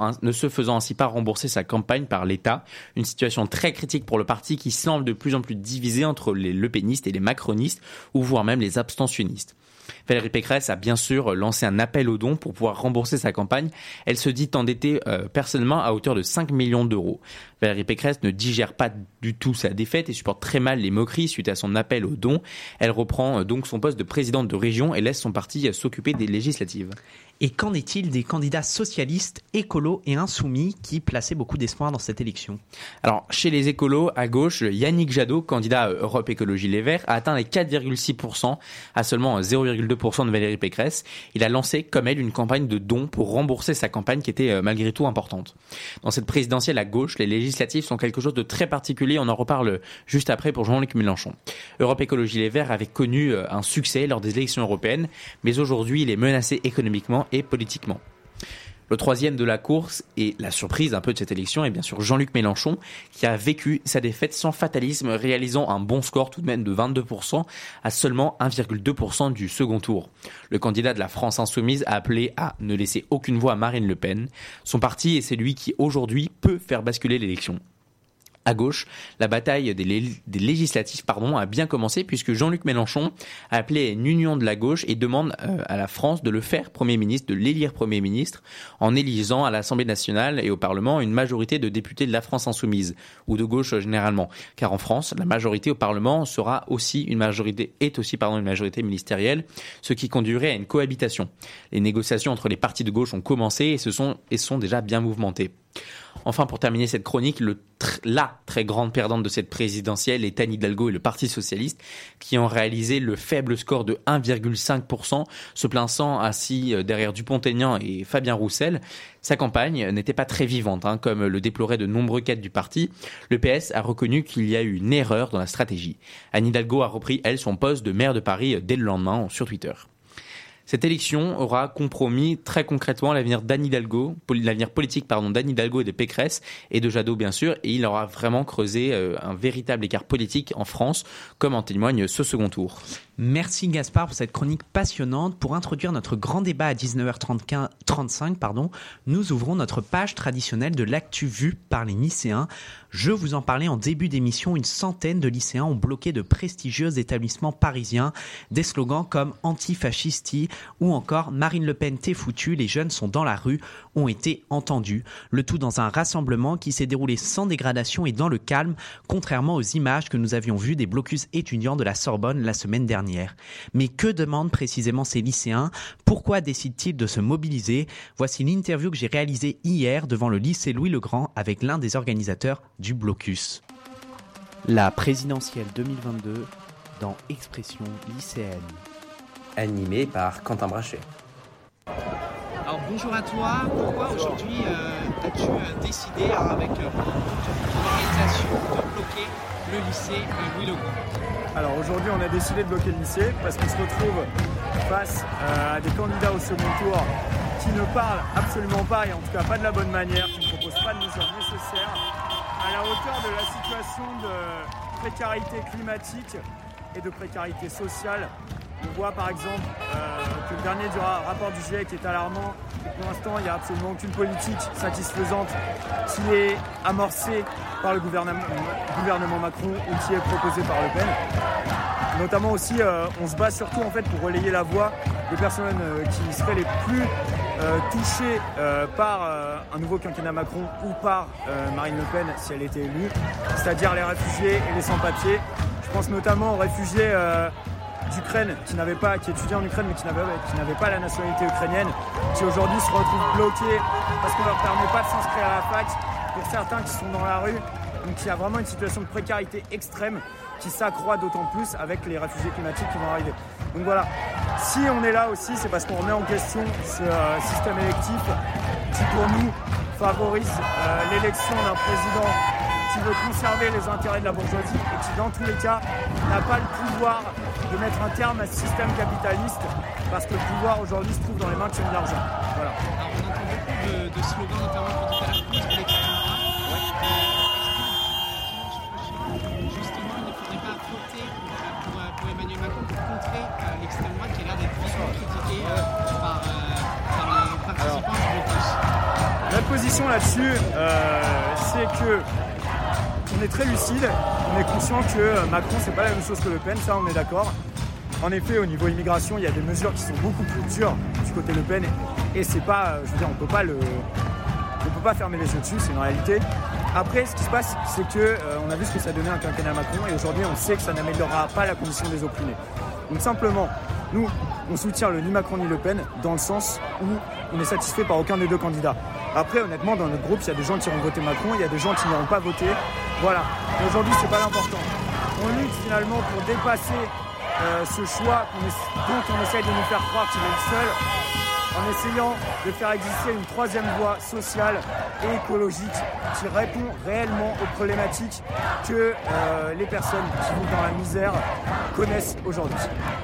se faisant ainsi pas rembourser sa campagne par l'État. Une situation très critique pour le parti qui semble de plus en plus divisé entre les lepénistes et les macronistes, ou voire même les abstentionnistes. Valérie Pécresse a bien sûr lancé un appel aux dons pour pouvoir rembourser sa campagne. Elle se dit endettée personnellement à hauteur de 5 millions d'euros. Valérie Pécresse ne digère pas du tout sa défaite et supporte très mal les moqueries suite à son appel aux dons. Elle reprend donc son poste de présidente de région et laisse son parti s'occuper des législatives. Et qu'en est-il des candidats socialistes, écolos et insoumis qui plaçaient beaucoup d'espoir dans cette élection ? Alors, chez les écolos, à gauche, Yannick Jadot, candidat Europe Écologie Les Verts, a atteint les 4,6% à seulement 0,2% de Valérie Pécresse. Il a lancé, comme elle, une campagne de dons pour rembourser sa campagne qui était malgré tout importante. Dans cette présidentielle à gauche, les législatives sont quelque chose de très particulier. On en reparle juste après pour Jean-Luc Mélenchon. Europe Écologie Les Verts avait connu un succès lors des élections européennes, mais aujourd'hui, il est menacé économiquement et politiquement. Le troisième de la course et la surprise un peu de cette élection est bien sûr Jean-Luc Mélenchon qui a vécu sa défaite sans fatalisme, réalisant un bon score tout de même de 22% à seulement 1,2% du second tour. Le candidat de la France insoumise a appelé à ne laisser aucune voix à Marine Le Pen. Son parti est celui qui aujourd'hui peut faire basculer l'élection. À gauche, la bataille des législatives a bien commencé puisque Jean-Luc Mélenchon a appelé à une union de la gauche et demande à la France de le faire Premier ministre, de l'élire Premier ministre en élisant à l'Assemblée nationale et au Parlement une majorité de députés de la France insoumise ou de gauche généralement. Car en France, la majorité au Parlement est aussi une majorité ministérielle, ce qui conduirait à une cohabitation. Les négociations entre les partis de gauche ont commencé et sont déjà bien mouvementées. Enfin, pour terminer cette chronique, la très grande perdante de cette présidentielle est Anne Hidalgo et le Parti socialiste qui ont réalisé le faible score de 1,5%, se plaçant assis derrière Dupont-Aignan et Fabien Roussel. Sa campagne n'était pas très vivante, comme le déploraient de nombreux cadres du parti. Le PS a reconnu qu'il y a eu une erreur dans la stratégie. Anne Hidalgo a repris, elle, son poste de maire de Paris dès le lendemain sur Twitter. Cette élection aura compromis très concrètement l'avenir politique d'Anne Hidalgo et de Pécresse et de Jadot bien sûr, et il aura vraiment creusé un véritable écart politique en France, comme en témoigne ce second tour. Merci Gaspard pour cette chronique passionnante. Pour introduire notre grand débat à 19h35, nous ouvrons notre page traditionnelle de l'actu vue par les lycéens. Je vous en parlais en début d'émission, une centaine de lycéens ont bloqué de prestigieux établissements parisiens. Des slogans comme « Antifascisti » ou encore « Marine Le Pen t'es foutu, les jeunes sont dans la rue » ont été entendus. Le tout dans un rassemblement qui s'est déroulé sans dégradation et dans le calme, contrairement aux images que nous avions vues des blocus étudiants de la Sorbonne la semaine dernière. Mais que demandent précisément ces lycéens ? Pourquoi décident-ils de se mobiliser ? Voici l'interview que j'ai réalisée hier devant le lycée Louis-le-Grand avec l'un des organisateurs du blocus. La présidentielle 2022 dans Expression lycéenne. Animé par Quentin Brachet. Alors bonjour à toi, pourquoi aujourd'hui as-tu décidé avec l'organisation de bloquer le lycée Louis-le-Grand ? Alors aujourd'hui on a décidé de bloquer le lycée parce qu'il se retrouve face à des candidats au second tour qui ne parlent absolument pas et en tout cas pas de la bonne manière, qui ne proposent pas de mesures nécessaires à la hauteur de la situation de précarité climatique et de précarité sociale. On voit par exemple que le dernier rapport du GIEC est alarmant. Pour l'instant, il n'y a absolument aucune politique satisfaisante qui est amorcée par le gouvernement Macron ou qui est proposée par Le Pen. Notamment aussi, on se bat surtout en fait pour relayer la voix des personnes qui seraient les plus touchées par un nouveau quinquennat Macron ou par Marine Le Pen si elle était élue, c'est-à-dire les réfugiés et les sans-papiers. Je pense notamment aux réfugiés d'Ukraine qui étudiaient en Ukraine mais qui n'avaient pas la nationalité ukrainienne, qui aujourd'hui se retrouvent bloqués parce qu'on ne leur permet pas de s'inscrire à la fac, pour certains qui sont dans la rue. Donc il y a vraiment une situation de précarité extrême qui s'accroît d'autant plus avec les réfugiés climatiques qui vont arriver. Donc voilà, si on est là aussi, c'est parce qu'on remet en question ce système électif qui pour nous favorise l'élection d'un président qui veut conserver les intérêts de la bourgeoisie et qui dans tous les cas n'a pas le pouvoir de mettre un terme à ce système capitaliste, parce que le pouvoir aujourd'hui se trouve dans les mains de qui ont de l'argent. Voilà. Alors on entend beaucoup de slogans, notamment pour tout à l'heure, contre l'extrême droite. Justement, il ne faudrait pas voter pour Emmanuel Macron pour contrer l'extrême droite qui a l'air d'être vivement critiquée par les participants du blocus. Notre position là-dessus, c'est que on est très lucide, on est conscient que Macron c'est pas la même chose que Le Pen, ça on est d'accord. En effet, au niveau immigration, il y a des mesures qui sont beaucoup plus dures du côté Le Pen et c'est pas, je veux dire, on peut pas fermer les yeux dessus, c'est une réalité. Après, ce qui se passe, c'est que on a vu ce que ça donnait un quinquennat Macron et aujourd'hui, on sait que ça n'améliorera pas la condition des opprimés. Donc simplement, nous, on soutient ni Macron ni Le Pen dans le sens où on est satisfait par aucun des deux candidats. Après, honnêtement, dans notre groupe, il y a des gens qui iront voter Macron, il y a des gens qui n'iront pas voter. Voilà. Et aujourd'hui, c'est pas l'important. On lutte finalement pour dépasser ce choix dont on essaye de nous faire croire qu'il est le seul, en essayant de faire exister une troisième voie sociale et écologique qui répond réellement aux problématiques que les personnes qui vivent dans la misère connaissent aujourd'hui.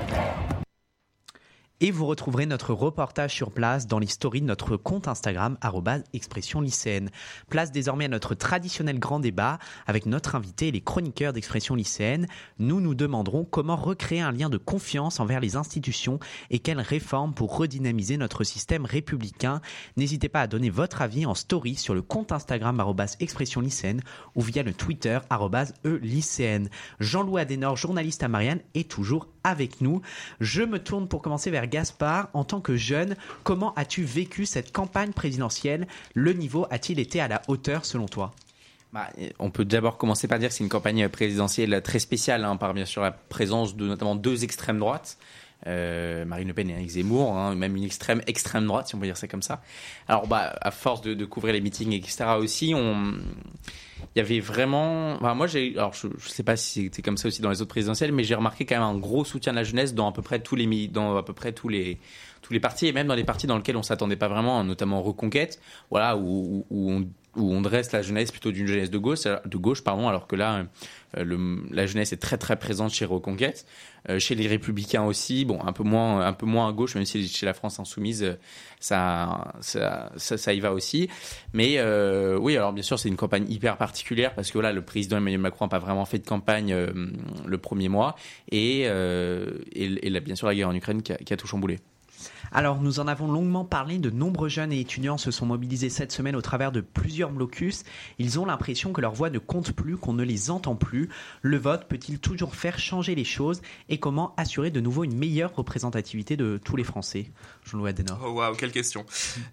Et vous retrouverez notre reportage sur place dans les stories de notre compte Instagram @expressionlycéenne. Place désormais à notre traditionnel grand débat avec notre invité et les chroniqueurs d'Expression lycéenne. Nous nous demanderons comment recréer un lien de confiance envers les institutions et quelles réformes pour redynamiser notre système républicain. N'hésitez pas à donner votre avis en story sur le compte Instagram @expressionlycéenne ou via le Twitter @lycéenne. Jean-Louis Adenor, journaliste à Marianne, est toujours avec nous. Je me tourne pour commencer vers Gaspard. En tant que jeune, comment as-tu vécu cette campagne présidentielle ? Le niveau a-t-il été à la hauteur selon toi ? On peut d'abord commencer par dire que c'est une campagne présidentielle très spéciale, par bien sûr la présence de notamment deux extrêmes droites. Marine Le Pen et Éric Zemmour, même une extrême droite, si on peut dire ça comme ça. Alors, à force de couvrir les meetings, etc. aussi, il y avait vraiment. Je sais pas si c'était comme ça aussi dans les autres présidentielles, mais j'ai remarqué quand même un gros soutien de la jeunesse dans à peu près tous les partis et même dans les partis dans lesquels on s'attendait pas vraiment, notamment Reconquête, voilà, où on dresse la jeunesse plutôt d'une jeunesse de gauche, alors que là, la jeunesse est très très présente chez Reconquête, chez les Républicains aussi, un peu moins à gauche, même si chez la France Insoumise, ça y va aussi. Mais oui, alors bien sûr, c'est une campagne hyper particulière parce que là, le président Emmanuel Macron n'a pas vraiment fait de campagne le premier mois et là, bien sûr, la guerre en Ukraine qui a tout chamboulé. Alors, nous en avons longuement parlé. De nombreux jeunes et étudiants se sont mobilisés cette semaine au travers de plusieurs blocus. Ils ont l'impression que leur voix ne compte plus, qu'on ne les entend plus. Le vote peut-il toujours faire changer les choses ? Et comment assurer de nouveau une meilleure représentativité de tous les Français ? Jean-Louis Adenor. Oh waouh, quelle question.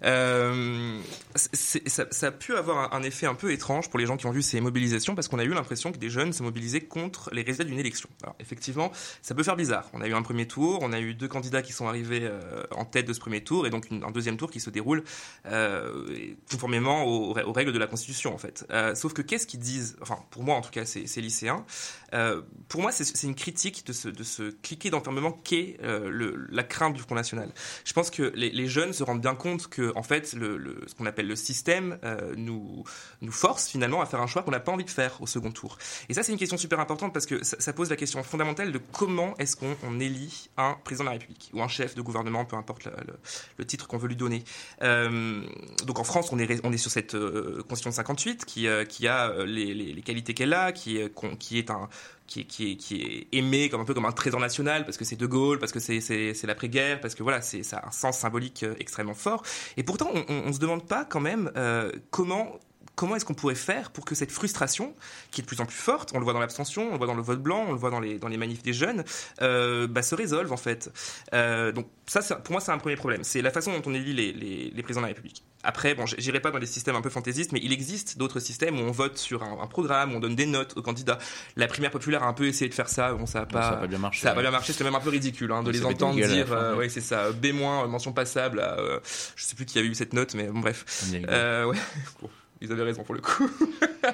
Ça a pu avoir un effet un peu étrange pour les gens qui ont vu ces mobilisations parce qu'on a eu l'impression que des jeunes se mobilisaient contre les résultats d'une élection. Alors effectivement, ça peut faire bizarre. On a eu un premier tour, on a eu deux candidats qui sont arrivés en tête de ce premier tour et donc un deuxième tour qui se déroule conformément aux règles de la Constitution en fait. Sauf que qu'est-ce qu'ils disent, enfin pour moi en tout cas ces lycéens, pour moi c'est une critique de ce cliquet d'enfermement qu'est la crainte du Front National. Je pense que les jeunes se rendent bien compte que en fait ce qu'on appelle le système nous force finalement à faire un choix qu'on n'a pas envie de faire au second tour. Et ça c'est une question super importante parce que ça pose la question fondamentale de comment est-ce qu'on élit un président de la République ou un chef de gouvernement, peu importe le titre qu'on veut lui donner. Donc en France, on est sur cette Constitution de 58 qui a les qualités qu'elle a, qui est aimé comme un peu comme un trésor national parce que c'est De Gaulle, parce que c'est l'après-guerre, parce que voilà, ça a un sens symbolique extrêmement fort. Et pourtant, on se demande pas quand même comment est-ce qu'on pourrait faire pour que cette frustration, qui est de plus en plus forte, on le voit dans l'abstention, on le voit dans le vote blanc, on le voit dans les manifs des jeunes, se résolve en fait. Donc ça, pour moi, c'est un premier problème. C'est la façon dont on élit les présidents de la République. Après, j'irai pas dans des systèmes un peu fantaisistes, mais il existe d'autres systèmes où on vote sur un programme, où on donne des notes aux candidats. La primaire populaire a un peu essayé de faire ça. Bon, ça a pas bien marché. Ça a pas bien marché. C'était même un peu ridicule, de les entendre dire, ouais, c'est ça, B-, mention passable. Je sais plus qui a eu cette note, mais bon, bref. Ouais. Bon, ils avaient raison pour le coup.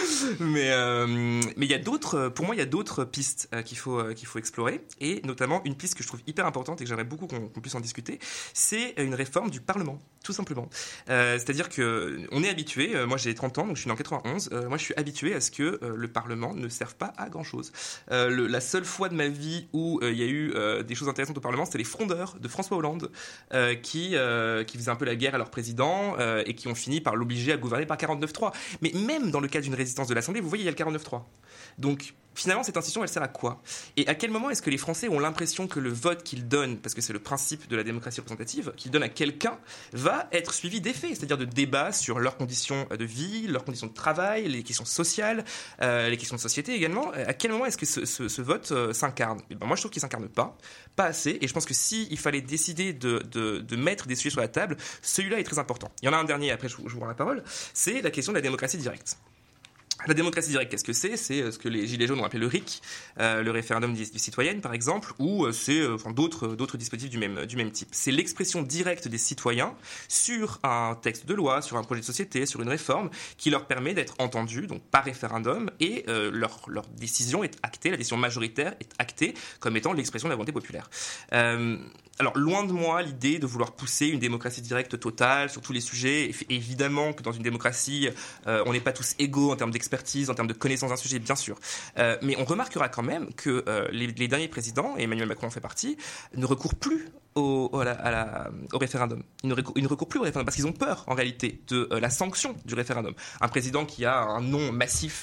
Mais il y a d'autres, pour moi, il y a d'autres pistes qu'il faut explorer, et notamment une piste que je trouve hyper importante et que j'aimerais beaucoup qu'on puisse en discuter, c'est une réforme du Parlement, tout simplement. C'est-à-dire que on est habitué, moi j'ai 30 ans, donc je suis né en 91, moi je suis habitué à ce que le Parlement ne serve pas à grand-chose. La seule fois de ma vie où il y a eu des choses intéressantes au Parlement, c'était les frondeurs de François Hollande, qui faisaient un peu la guerre à leur président et qui ont fini par l'obliger à gouverner par 49.3. Mais même dans le cas d'une résistance de l'Assemblée, vous voyez, il y a le 49.3. Donc finalement, cette institution, elle sert à quoi ? Et à quel moment est-ce que les Français ont l'impression que le vote qu'ils donnent, parce que c'est le principe de la démocratie représentative, qu'ils donnent à quelqu'un, va être suivi d'effets, c'est-à-dire de débats sur leurs conditions de vie, leurs conditions de travail, les questions sociales, les questions de société également. À quel moment est-ce que ce vote s'incarne ? Et ben moi, je trouve qu'il s'incarne pas assez. Et je pense que s'il fallait décider de mettre des sujets sur la table, celui-là est très important. Il y en a un dernier, après je vous rends la parole, c'est la question de la démocratie directe. La démocratie directe, qu'est-ce que c'est ? C'est ce que les Gilets jaunes ont appelé le RIC, le référendum du citoyen, par exemple, ou c'est d'autres dispositifs du même type. C'est l'expression directe des citoyens sur un texte de loi, sur un projet de société, sur une réforme, qui leur permet d'être entendus, donc par référendum, et leur décision est actée, la décision majoritaire est actée comme étant l'expression de la volonté populaire. Alors, loin de moi l'idée de vouloir pousser une démocratie directe totale sur tous les sujets. Évidemment que dans une démocratie, on n'est pas tous égaux en termes d'expertise, en termes de connaissance d'un sujet, bien sûr. Mais on remarquera quand même que les derniers présidents, et Emmanuel Macron en fait partie, ne recourent plus au référendum. Ils ne recourent plus au référendum parce qu'ils ont peur, en réalité, de la sanction du référendum. Un président qui a un non massif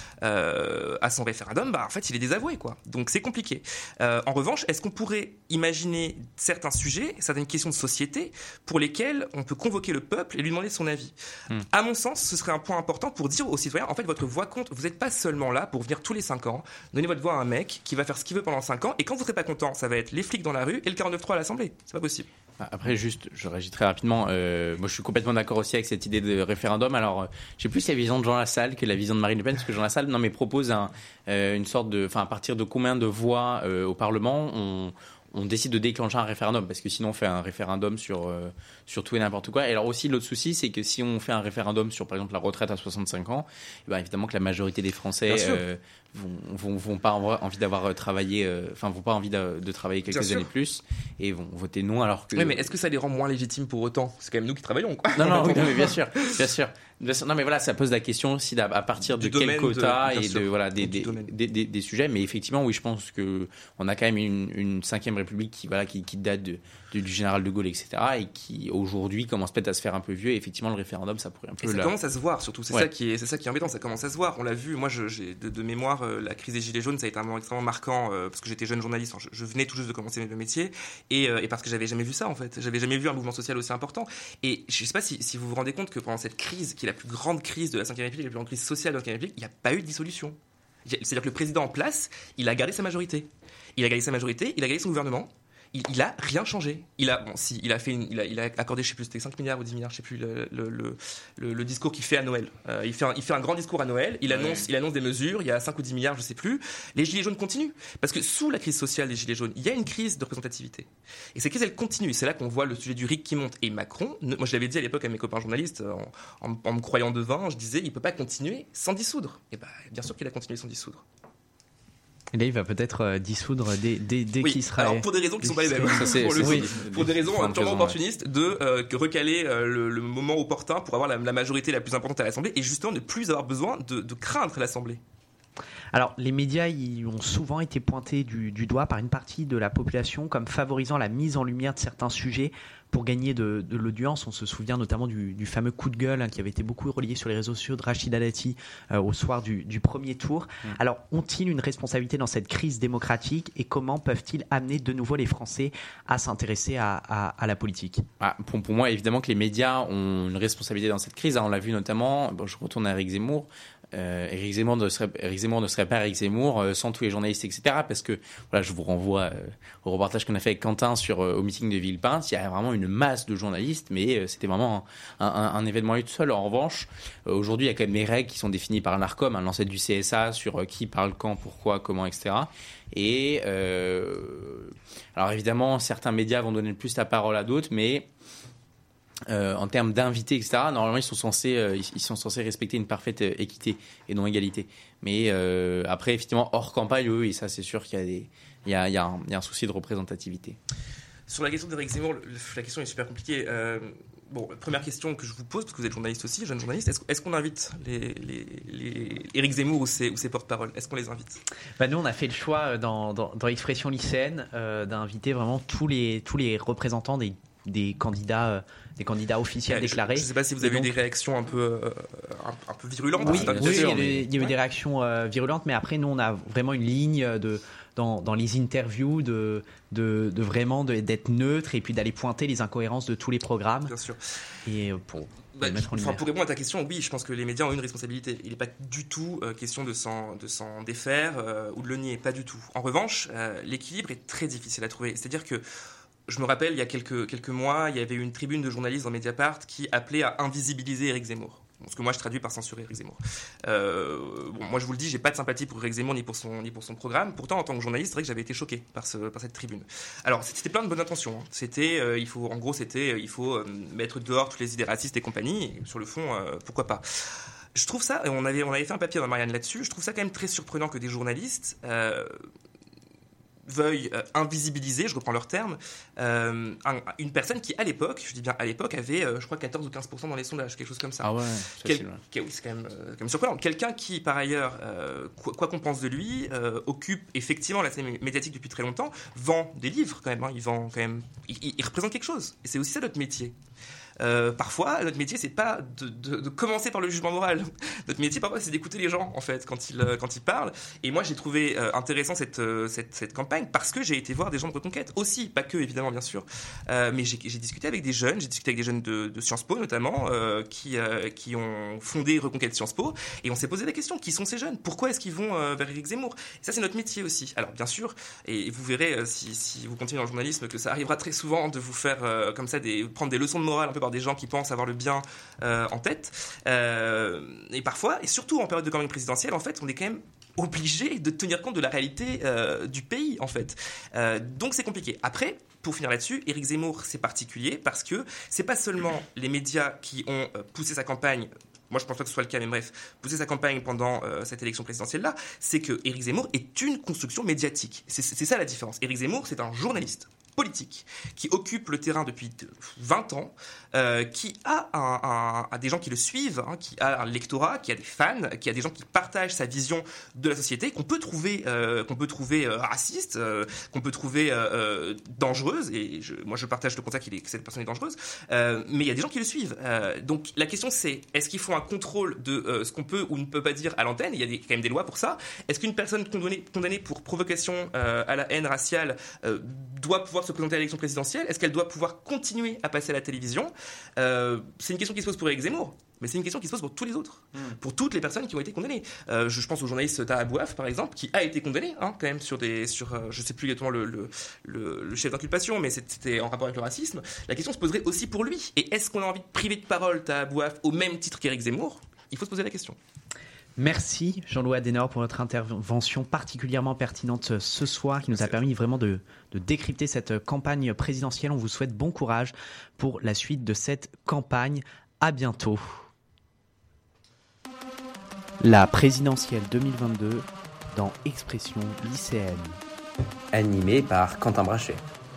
à son référendum, en fait, il est désavoué, quoi. Donc, c'est compliqué. En revanche, est-ce qu'on pourrait imaginer certains sujets, certaines questions de société pour lesquelles on peut convoquer le peuple et lui demander son avis. À mon sens, ce serait un point important pour dire aux citoyens, en fait, votre voix compte. Vous n'êtes pas seulement là pour venir tous les 5 ans, donner votre voix à un mec qui va faire ce qu'il veut pendant 5 ans, et quand vous ne serez pas content, ça va être les flics dans la rue et le 49.3 à l'Assemblée. C'est pas possible. Après, juste, je réagis très rapidement. Moi, je suis complètement d'accord aussi avec cette idée de référendum. Alors, j'ai plus la vision de Jean Lassalle que la vision de Marine Le Pen, parce que Jean Lassalle, propose une sorte de, à partir de combien de voix au Parlement on décide de déclencher un référendum, parce que sinon on fait un référendum sur tout et n'importe quoi. Et alors aussi, l'autre souci, c'est que si on fait un référendum sur, par exemple, la retraite à 65 ans, évidemment que la majorité des Français vont pas envie d'avoir travaillé, vont pas envie de travailler quelques années plus, et vont voter non, alors que... Oui, mais est-ce que ça les rend moins légitimes pour autant ? C'est quand même nous qui travaillons, quoi. Non, mais bien sûr. Non, mais voilà, ça pose la question aussi à partir de quel quota et des sujets. Mais effectivement, oui, je pense que on a quand même une 5e République qui date du général de Gaulle, etc., et qui aujourd'hui commence peut-être à se faire un peu vieux. Et effectivement, le référendum, ça pourrait un peu. Et ça commence à se voir, surtout. C'est ça qui est embêtant. Ça commence à se voir. On l'a vu. Moi, j'ai de mémoire, la crise des Gilets jaunes, ça a été un moment extrêmement marquant parce que j'étais jeune journaliste. Je venais tout juste de commencer le métier et parce que j'avais jamais vu ça, en fait. J'avais jamais vu un mouvement social aussi important. Et je sais pas si vous vous rendez compte que pendant cette crise, qui est la plus grande crise de la 5e République, la plus grande crise sociale de la 5e République, il n'y a pas eu de dissolution. C'est-à-dire que le président en place, il a gardé sa majorité. Il a gardé son gouvernement. Il a rien changé. Il a accordé, je sais plus, c'était 5 milliards ou 10 milliards, je sais plus, le discours qu'il fait à Noël. Il fait un grand discours à Noël. Il annonce des mesures. Il y a 5 ou 10 milliards, je sais plus. Les Gilets jaunes continuent. Parce que sous la crise sociale des Gilets jaunes, il y a une crise de représentativité. Et cette crise, elle continue. C'est là qu'on voit le sujet du RIC qui monte. Et Macron, moi je l'avais dit à l'époque à mes copains journalistes, en me croyant devin, je disais, il peut pas continuer sans dissoudre. Et bien sûr qu'il a continué sans dissoudre. Et là, il va peut-être dissoudre dès qu'il sera... Alors, pour des raisons qui ne sont pas les mêmes. Pour des raisons purement opportunistes de recaler le moment opportun pour avoir la majorité la plus importante à l'Assemblée et justement ne plus avoir besoin de craindre l'Assemblée. Alors, les médias y ont souvent été pointés du doigt par une partie de la population comme favorisant la mise en lumière de certains sujets pour gagner de l'audience. On se souvient notamment du fameux coup de gueule qui avait été beaucoup relayé sur les réseaux sociaux de Rachida Dati au soir du premier tour. Alors, ont-ils une responsabilité dans cette crise démocratique et comment peuvent-ils amener de nouveau les Français à s'intéresser à la politique ? Pour moi, évidemment que les médias ont une responsabilité dans cette crise. On l'a vu notamment, je retourne à Éric Zemmour. Éric Zemmour ne serait pas Éric Zemmour sans tous les journalistes, etc. Parce que je vous renvoie au reportage qu'on a fait avec Quentin au meeting de Villepinte. Il y a vraiment une masse de journalistes, mais c'était vraiment un événement à lui tout seul. En revanche, aujourd'hui, il y a quand même des règles qui sont définies par l'ARCOM, l'ancêtre du CSA, sur qui parle quand, pourquoi, comment, etc. Et alors évidemment, certains médias vont donner plus la parole à d'autres, mais En termes d'invités, etc., normalement, ils sont censés respecter une parfaite équité et non égalité. Mais après, effectivement, hors campagne, oui, ça, c'est sûr qu'il y a un souci de représentativité. Sur la question d'Éric Zemmour, la question est super compliquée. Première question que je vous pose, parce que vous êtes journaliste aussi, jeune journaliste, est-ce qu'on invite les Éric Zemmour ou ses porte-paroles? Est-ce qu'on les invite? Nous, on a fait le choix dans l'expression lycéenne d'inviter vraiment tous les représentants des candidats officiels déclarés. Je ne sais pas si vous avez eu des réactions un peu virulentes. Oui, il y a eu des réactions virulentes, mais après, nous, on a vraiment une ligne dans les interviews vraiment d'être neutre et puis d'aller pointer les incohérences de tous les programmes. Bien sûr. Et pour répondre à ta question, oui, je pense que les médias ont une responsabilité. Il n'est pas du tout question de s'en défaire ou de le nier, pas du tout. En revanche, l'équilibre est très difficile à trouver. C'est-à-dire que je me rappelle, il y a quelques mois, il y avait une tribune de journalistes dans Mediapart qui appelait à invisibiliser Éric Zemmour. Ce que moi je traduis par censurer Éric Zemmour. Moi je vous le dis, j'ai pas de sympathie pour Éric Zemmour ni pour son programme. Pourtant, en tant que journaliste, c'est vrai que j'avais été choqué par cette tribune. Alors c'était plein de bonnes intentions. C'était, il faut mettre dehors toutes les idées racistes et compagnie. Et sur le fond, pourquoi pas. Je trouve ça, et on avait fait un papier dans Marianne là-dessus. Je trouve ça quand même très surprenant que des journalistes veuillent invisibiliser, je reprends leur terme, une personne qui, à l'époque, je dis bien à l'époque, avait, je crois, 14 ou 15% dans les sondages, quelque chose comme ça. Ah ouais, oui, c'est quand même surprenant. Quelqu'un qui, par ailleurs, quoi qu'on pense de lui, occupe effectivement la scène médiatique depuis très longtemps, vend des livres quand même, il représente quelque chose. Et c'est aussi ça notre métier. Parfois, notre métier, c'est pas de commencer par le jugement moral. Notre métier, parfois, c'est d'écouter les gens, en fait, quand ils parlent. Et moi, j'ai trouvé intéressant cette campagne parce que j'ai été voir des gens de Reconquête aussi, pas que, évidemment, bien sûr. Mais j'ai discuté avec des jeunes, de Sciences Po, notamment, qui ont fondé Reconquête Sciences Po. Et on s'est posé la question, qui sont ces jeunes? Pourquoi est-ce qu'ils vont vers Éric Zemmour? Et ça, c'est notre métier aussi. Alors, bien sûr, et vous verrez, si vous continuez dans le journalisme, que ça arrivera très souvent de vous faire, comme ça, prendre des leçons de morale un peu par des gens qui pensent avoir le bien en tête. Et parfois, et surtout en période de campagne présidentielle, en fait, on est quand même obligé de tenir compte de la réalité du pays, en fait. Donc c'est compliqué. Après, pour finir là-dessus, Éric Zemmour, c'est particulier parce que c'est pas seulement les médias qui ont poussé sa campagne. Moi, je pense pas que ce soit le cas, mais bref, pousser sa campagne pendant cette élection présidentielle-là, c'est que Éric Zemmour est une construction médiatique. C'est ça la différence. Éric Zemmour, c'est un journaliste politique qui occupe le terrain depuis 20 ans, qui a des gens qui le suivent, qui a un lectorat, qui a des fans, qui a des gens qui partagent sa vision de la société, qu'on peut trouver raciste, qu'on peut trouver dangereuse, et moi je partage le constat que cette personne est dangereuse, mais il y a des gens qui le suivent. Donc la question c'est, est-ce qu'il faut un contrôle de ce qu'on peut ou ne peut pas dire à l'antenne? Il y a quand même des lois pour ça. Est-ce qu'une personne condamnée pour provocation à la haine raciale doit pouvoir se présenter à l'élection présidentielle? Est-ce qu'elle doit pouvoir continuer à passer à la télévision? C'est une question qui se pose pour Éric Zemmour, mais c'est une question qui se pose pour tous les autres, pour toutes les personnes qui ont été condamnées. Je pense au journaliste Taha Bouaf, par exemple, qui a été condamné quand même sur je sais plus exactement le chef d'inculpation, mais c'était en rapport avec le racisme. La question se poserait aussi pour lui. Et est-ce qu'on a envie de priver de parole Taha Bouaf au même titre qu'Éric Zemmour? Il faut se poser la question. Merci Jean-Louis Adenauer pour votre intervention particulièrement pertinente ce soir qui nous a permis vraiment de décrypter cette campagne présidentielle. On vous souhaite bon courage pour la suite de cette campagne. À bientôt. La présidentielle 2022 dans Expression lycéenne. Animé par Quentin Brachet.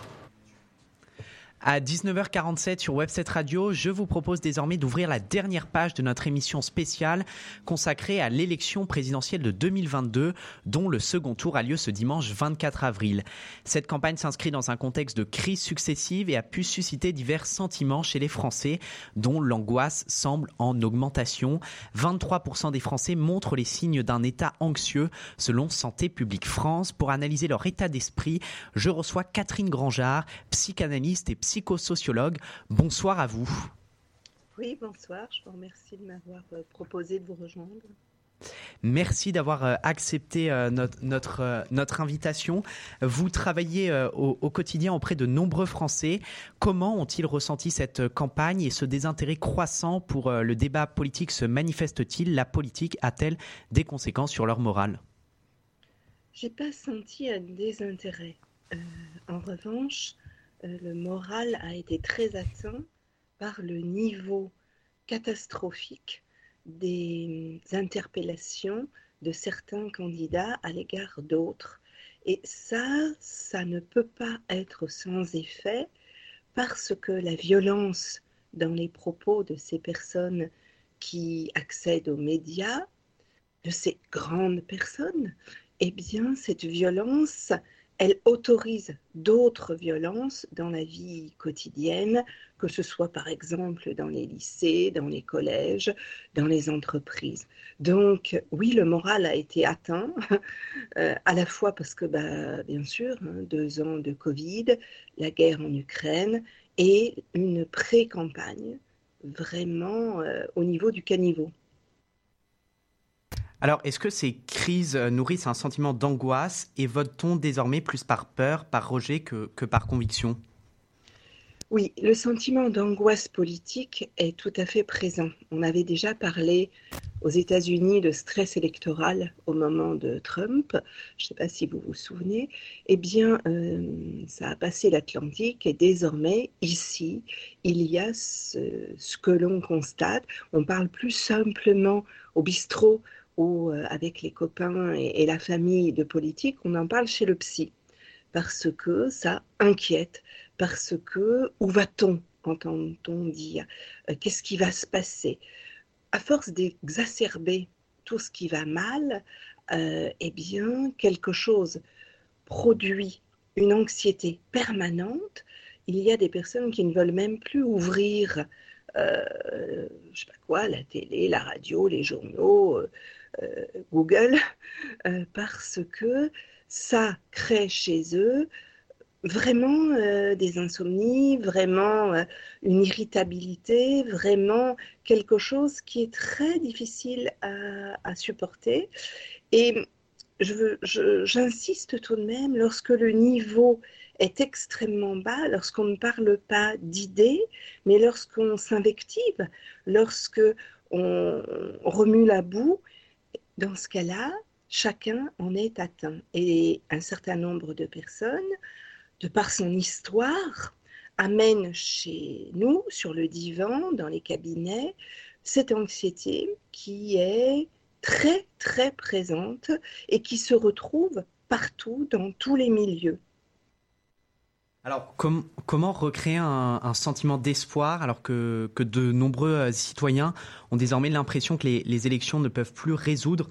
À 19h47 sur Web7 Radio, je vous propose désormais d'ouvrir la dernière page de notre émission spéciale consacrée à l'élection présidentielle de 2022, dont le second tour a lieu ce dimanche 24 avril. Cette campagne s'inscrit dans un contexte de crise successive et a pu susciter divers sentiments chez les Français, dont l'angoisse semble en augmentation. 23% des Français montrent les signes d'un état anxieux, selon Santé publique France. Pour analyser leur état d'esprit, je reçois Catherine Grangeard, psychanalyste et psychosociologue. Bonsoir à vous. Oui, bonsoir. Je vous remercie de m'avoir proposé de vous rejoindre. Merci d'avoir accepté notre invitation. Vous travaillez au quotidien auprès de nombreux Français. Comment ont-ils ressenti cette campagne et ce désintérêt croissant pour le débat politique se manifeste-t-il? La politique a-t-elle des conséquences sur leur morale? J'ai pas senti un désintérêt. En revanche, le moral a été très atteint par le niveau catastrophique des interpellations de certains candidats à l'égard d'autres. Et ça ne peut pas être sans effet parce que la violence dans les propos de ces personnes qui accèdent aux médias, de ces grandes personnes, eh bien cette violence, elle autorise d'autres violences dans la vie quotidienne, que ce soit par exemple dans les lycées, dans les collèges, dans les entreprises. Donc oui, le moral a été atteint, à la fois parce que, bien sûr, 2 ans de Covid, la guerre en Ukraine et une pré-campagne vraiment au niveau du caniveau. Alors, est-ce que ces crises nourrissent un sentiment d'angoisse et vote-t-on désormais plus par peur, par rejet que par conviction ? Oui, le sentiment d'angoisse politique est tout à fait présent. On avait déjà parlé aux États-Unis de stress électoral au moment de Trump. Je ne sais pas si vous vous souvenez. Eh bien, ça a passé l'Atlantique et désormais, ici, il y a ce que l'on constate. On parle plus simplement au bistrot ou avec les copains et la famille de politique, on en parle chez le psy. Parce que ça inquiète, parce que où va-t-on, entend-on dire, qu'est-ce qui va se passer ? À force d'exacerber tout ce qui va mal, eh bien, quelque chose produit une anxiété permanente. Il y a des personnes qui ne veulent même plus ouvrir, je sais pas quoi, la télé, la radio, les journaux, Google, parce que ça crée chez eux vraiment des insomnies, vraiment une irritabilité, vraiment quelque chose qui est très difficile à supporter. Et j'insiste tout de même, lorsque le niveau est extrêmement bas, lorsqu'on ne parle pas d'idées, mais lorsqu'on s'invective, lorsqu'on remue la boue, dans ce cas-là, chacun en est atteint. Et un certain nombre de personnes, de par son histoire, amènent chez nous, sur le divan, dans les cabinets, cette anxiété qui est très, très présente et qui se retrouve partout, dans tous les milieux. Alors, comment recréer un sentiment d'espoir alors que de nombreux citoyens ont désormais l'impression que les élections ne peuvent plus résoudre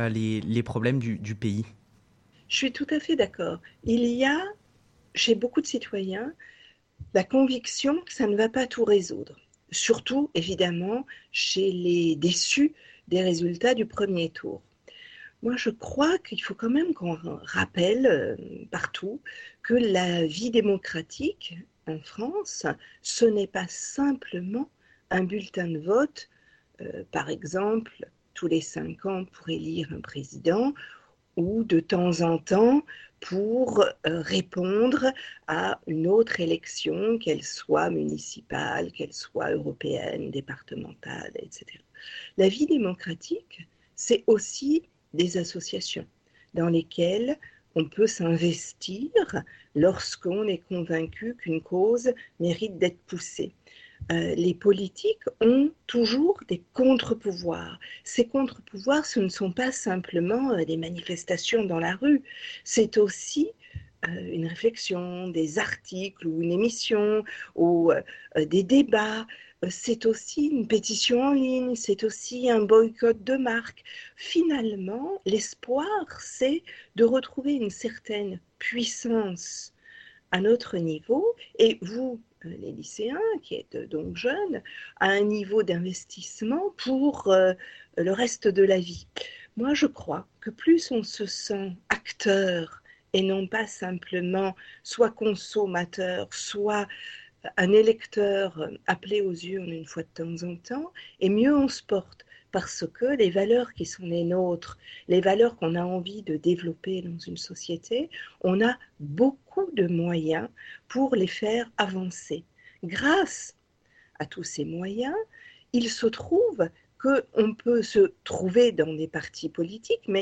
les problèmes du pays ? Je suis tout à fait d'accord. Il y a, chez beaucoup de citoyens, la conviction que ça ne va pas tout résoudre. Surtout, évidemment, chez les déçus des résultats du premier tour. Moi, je crois qu'il faut quand même qu'on rappelle partout que la vie démocratique en France, ce n'est pas simplement un bulletin de vote, par exemple, tous les 5 ans pour élire un président, ou de temps en temps pour répondre à une autre élection, qu'elle soit municipale, qu'elle soit européenne, départementale, etc. La vie démocratique, c'est aussi des associations dans lesquelles on peut s'investir lorsqu'on est convaincu qu'une cause mérite d'être poussée. Les politiques ont toujours des contre-pouvoirs. Ces contre-pouvoirs, ce ne sont pas simplement des manifestations dans la rue, c'est aussi une réflexion, des articles ou une émission ou des débats. C'est aussi une pétition en ligne, c'est aussi un boycott de marque. Finalement, l'espoir, c'est de retrouver une certaine puissance à notre niveau, et vous, les lycéens, qui êtes donc jeunes, à un niveau d'investissement pour le reste de la vie. Moi, je crois que plus on se sent acteur et non pas simplement soit consommateur, soit un électeur appelé aux urnes une fois de temps en temps, et mieux on se porte, parce que les valeurs qui sont les nôtres, les valeurs qu'on a envie de développer dans une société, on a beaucoup de moyens pour les faire avancer. Grâce à tous ces moyens, il se trouve qu'on peut se trouver dans des partis politiques, mais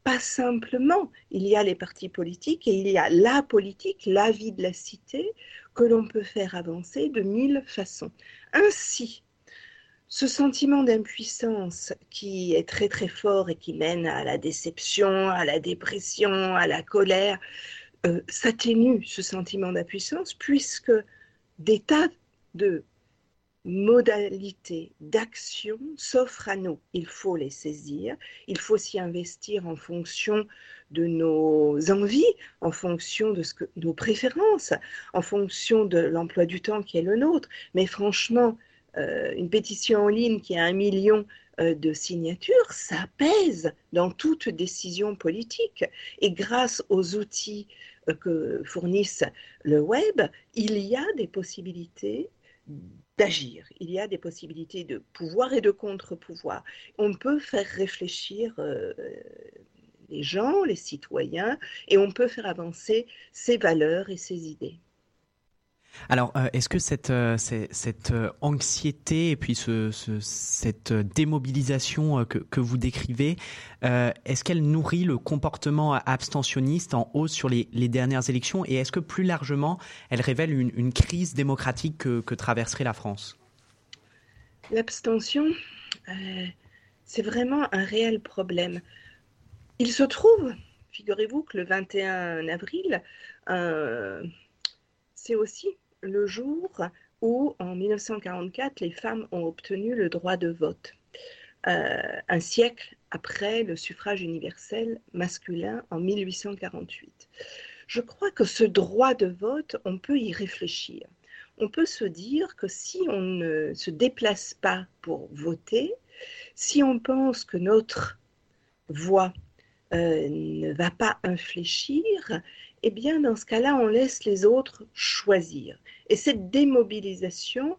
pas simplement, il y a les partis politiques et il y a la politique, la vie de la cité, que l'on peut faire avancer de 1000 façons. Ainsi, ce sentiment d'impuissance qui est très très fort et qui mène à la déception, à la dépression, à la colère, s'atténue ce sentiment d'impuissance puisque des tas de modalités d'action s'offrent à nous. Il faut les saisir, il faut s'y investir en fonction de nos envies, en fonction de nos préférences, en fonction de l'emploi du temps qui est le nôtre. Mais franchement, une pétition en ligne qui a 1 million de signatures, ça pèse dans toute décision politique. Et grâce aux outils que fournissent le web, il y a des possibilités d'agir. Il y a des possibilités de pouvoir et de contre-pouvoir. On peut faire réfléchir les gens, les citoyens, et on peut faire avancer ses valeurs et ses idées. Alors, est-ce que cette anxiété et puis cette démobilisation que vous décrivez, est-ce qu'elle nourrit le comportement abstentionniste en hausse sur les dernières élections, et est-ce que plus largement, elle révèle une crise démocratique que traverserait la France ? L'abstention, c'est vraiment un réel problème. Il se trouve, figurez-vous, que le 21 avril, c'est aussi le jour où, en 1944, les femmes ont obtenu le droit de vote, un siècle après le suffrage universel masculin en 1848. Je crois que ce droit de vote, on peut y réfléchir. On peut se dire que si on ne se déplace pas pour voter, si on pense que notre voix ne va pas infléchir, eh bien, dans ce cas-là, on laisse les autres choisir. Et cette démobilisation,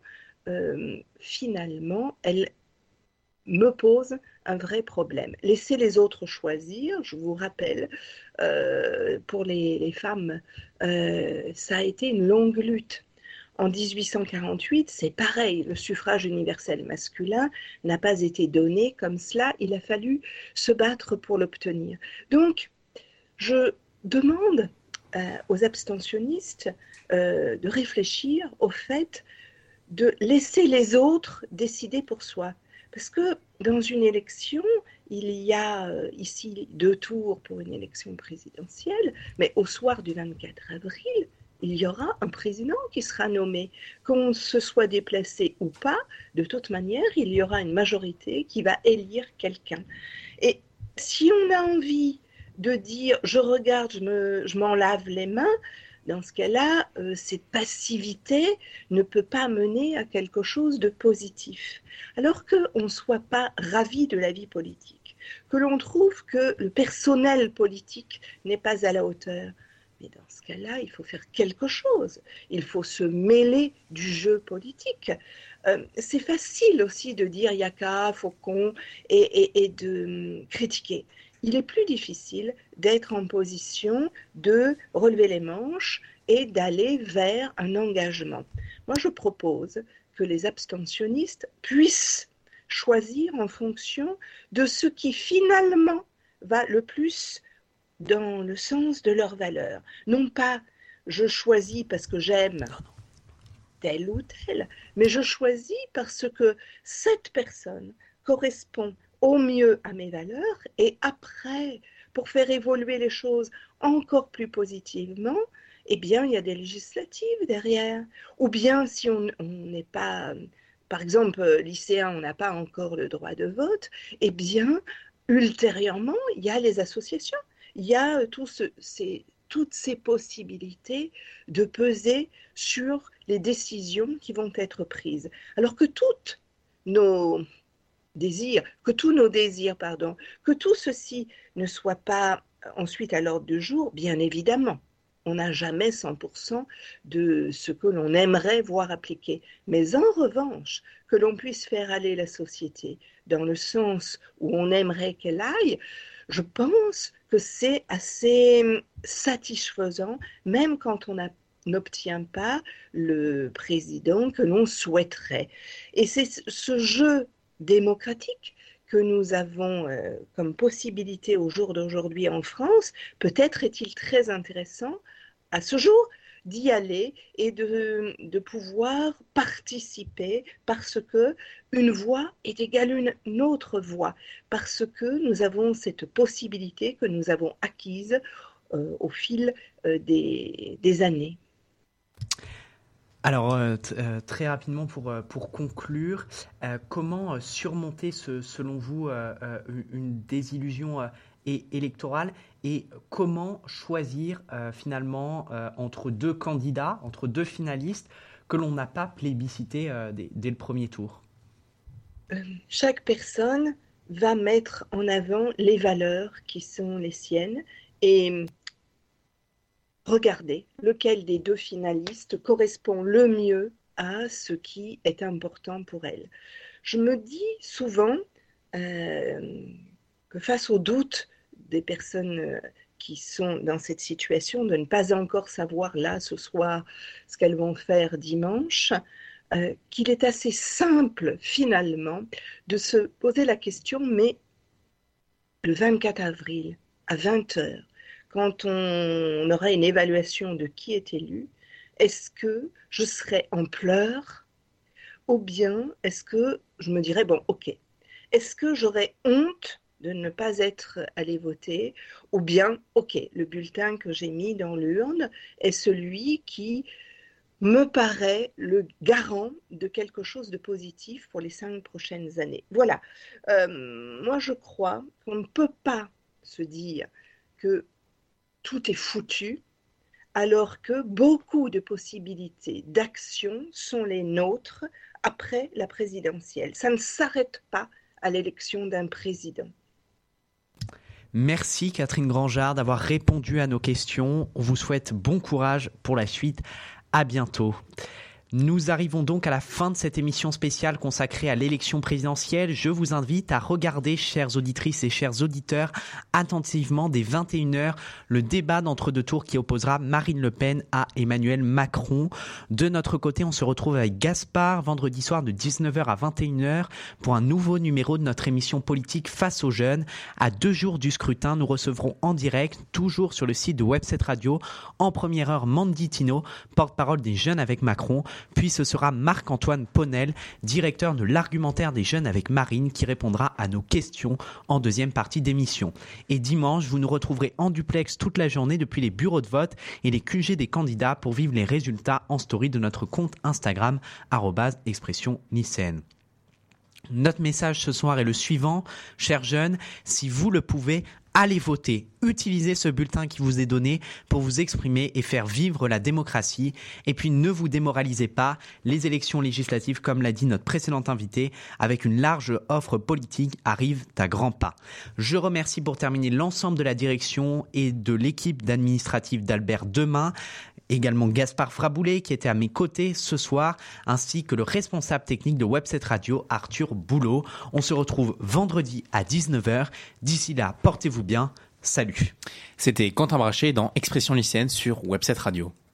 finalement, elle me pose un vrai problème. Laisser les autres choisir, je vous rappelle, pour les femmes, ça a été une longue lutte. En 1848, c'est pareil, le suffrage universel masculin n'a pas été donné comme cela, il a fallu se battre pour l'obtenir. Donc, je demande aux abstentionnistes de réfléchir au fait de laisser les autres décider pour soi. Parce que dans une élection, il y a ici 2 tours pour une élection présidentielle, mais au soir du 24 avril, il y aura un président qui sera nommé. Qu'on se soit déplacé ou pas, de toute manière, il y aura une majorité qui va élire quelqu'un. Et si on a envie de dire « je regarde, je m'en lave les mains », dans ce cas-là, cette passivité ne peut pas mener à quelque chose de positif. Alors qu'on ne soit pas ravi de la vie politique, que l'on trouve que le personnel politique n'est pas à la hauteur, mais dans ce cas-là, il faut faire quelque chose. Il faut se mêler du jeu politique. C'est facile aussi de dire « yaka, faucon » et de critiquer. Il est plus difficile d'être en position de relever les manches et d'aller vers un engagement. Moi, je propose que les abstentionnistes puissent choisir en fonction de ce qui finalement va le plus dans le sens de leurs valeurs. Non pas je choisis parce que j'aime tel ou tel, mais je choisis parce que cette personne correspond au mieux à mes valeurs, et après, pour faire évoluer les choses encore plus positivement, eh bien, il y a des législatives derrière. Ou bien, si on n'est pas, par exemple, lycéen, on n'a pas encore le droit de vote, eh bien, ultérieurement, il y a les associations. Il y a toutes ces possibilités de peser sur les décisions qui vont être prises. Alors que tous nos désirs, que tout ceci ne soit pas ensuite à l'ordre du jour, bien évidemment. On n'a jamais 100% de ce que l'on aimerait voir appliqué. Mais en revanche, que l'on puisse faire aller la société dans le sens où on aimerait qu'elle aille, je pense que c'est assez satisfaisant, même quand on n'obtient pas le président que l'on souhaiterait. Et c'est ce jeu démocratique que nous avons comme possibilité au jour d'aujourd'hui en France, peut-être est-il très intéressant à ce jour d'y aller et de pouvoir participer parce que une voix est égale une autre voix, parce que nous avons cette possibilité que nous avons acquise au fil des années. Alors, très rapidement pour conclure, comment surmonter, selon vous, une désillusion électorale et comment choisir finalement entre deux candidats, entre deux finalistes que l'on n'a pas plébiscités dès le premier tour? Chaque personne va mettre en avant les valeurs qui sont les siennes et regardez lequel des deux finalistes correspond le mieux à ce qui est important pour elle. Je me dis souvent que face au doute des personnes qui sont dans cette situation de ne pas encore savoir là ce soir ce qu'elles vont faire dimanche, qu'il est assez simple finalement de se poser la question, mais le 24 avril à 20h, quand on aura une évaluation de qui est élu, est-ce que je serai en pleurs ou bien est-ce que je me dirais, bon, ok, est-ce que j'aurais honte de ne pas être allé voter ou bien, ok, le bulletin que j'ai mis dans l'urne est celui qui me paraît le garant de quelque chose de positif pour les 5 prochaines années. Voilà, moi je crois qu'on ne peut pas se dire que tout est foutu, alors que beaucoup de possibilités d'action sont les nôtres après la présidentielle. Ça ne s'arrête pas à l'élection d'un président. Merci Catherine Grangeard d'avoir répondu à nos questions. On vous souhaite bon courage pour la suite. À bientôt. Nous arrivons donc à la fin de cette émission spéciale consacrée à l'élection présidentielle. Je vous invite à regarder, chères auditrices et chers auditeurs, attentivement dès 21h le débat d'entre-deux tours qui opposera Marine Le Pen à Emmanuel Macron. De notre côté, on se retrouve avec Gaspard vendredi soir de 19h à 21h pour un nouveau numéro de notre émission politique Face aux jeunes. À 2 jours du scrutin, nous recevrons en direct, toujours sur le site de Webset Radio, en première heure Mandy Tino, porte-parole des jeunes avec Macron. Puis ce sera Marc-Antoine Ponel, directeur de l'argumentaire des jeunes avec Marine, qui répondra à nos questions en deuxième partie d'émission. Et dimanche, vous nous retrouverez en duplex toute la journée depuis les bureaux de vote et les QG des candidats pour vivre les résultats en story de notre compte Instagram @expressionlycéenne. Notre message ce soir est le suivant, chers jeunes, si vous le pouvez, allez voter, utilisez ce bulletin qui vous est donné pour vous exprimer et faire vivre la démocratie. Et puis ne vous démoralisez pas, les élections législatives, comme l'a dit notre précédent invité, avec une large offre politique, arrivent à grands pas. Je remercie pour terminer l'ensemble de la direction et de l'équipe d'administratif d'Albert Demain, également Gaspard Fraboulet qui était à mes côtés ce soir, ainsi que le responsable technique de Webset Radio, Arthur Boulot. On se retrouve vendredi à 19h. D'ici là, portez-vous bien. Salut. C'était Quentin Brachet dans Expression lycéenne sur Webset Radio.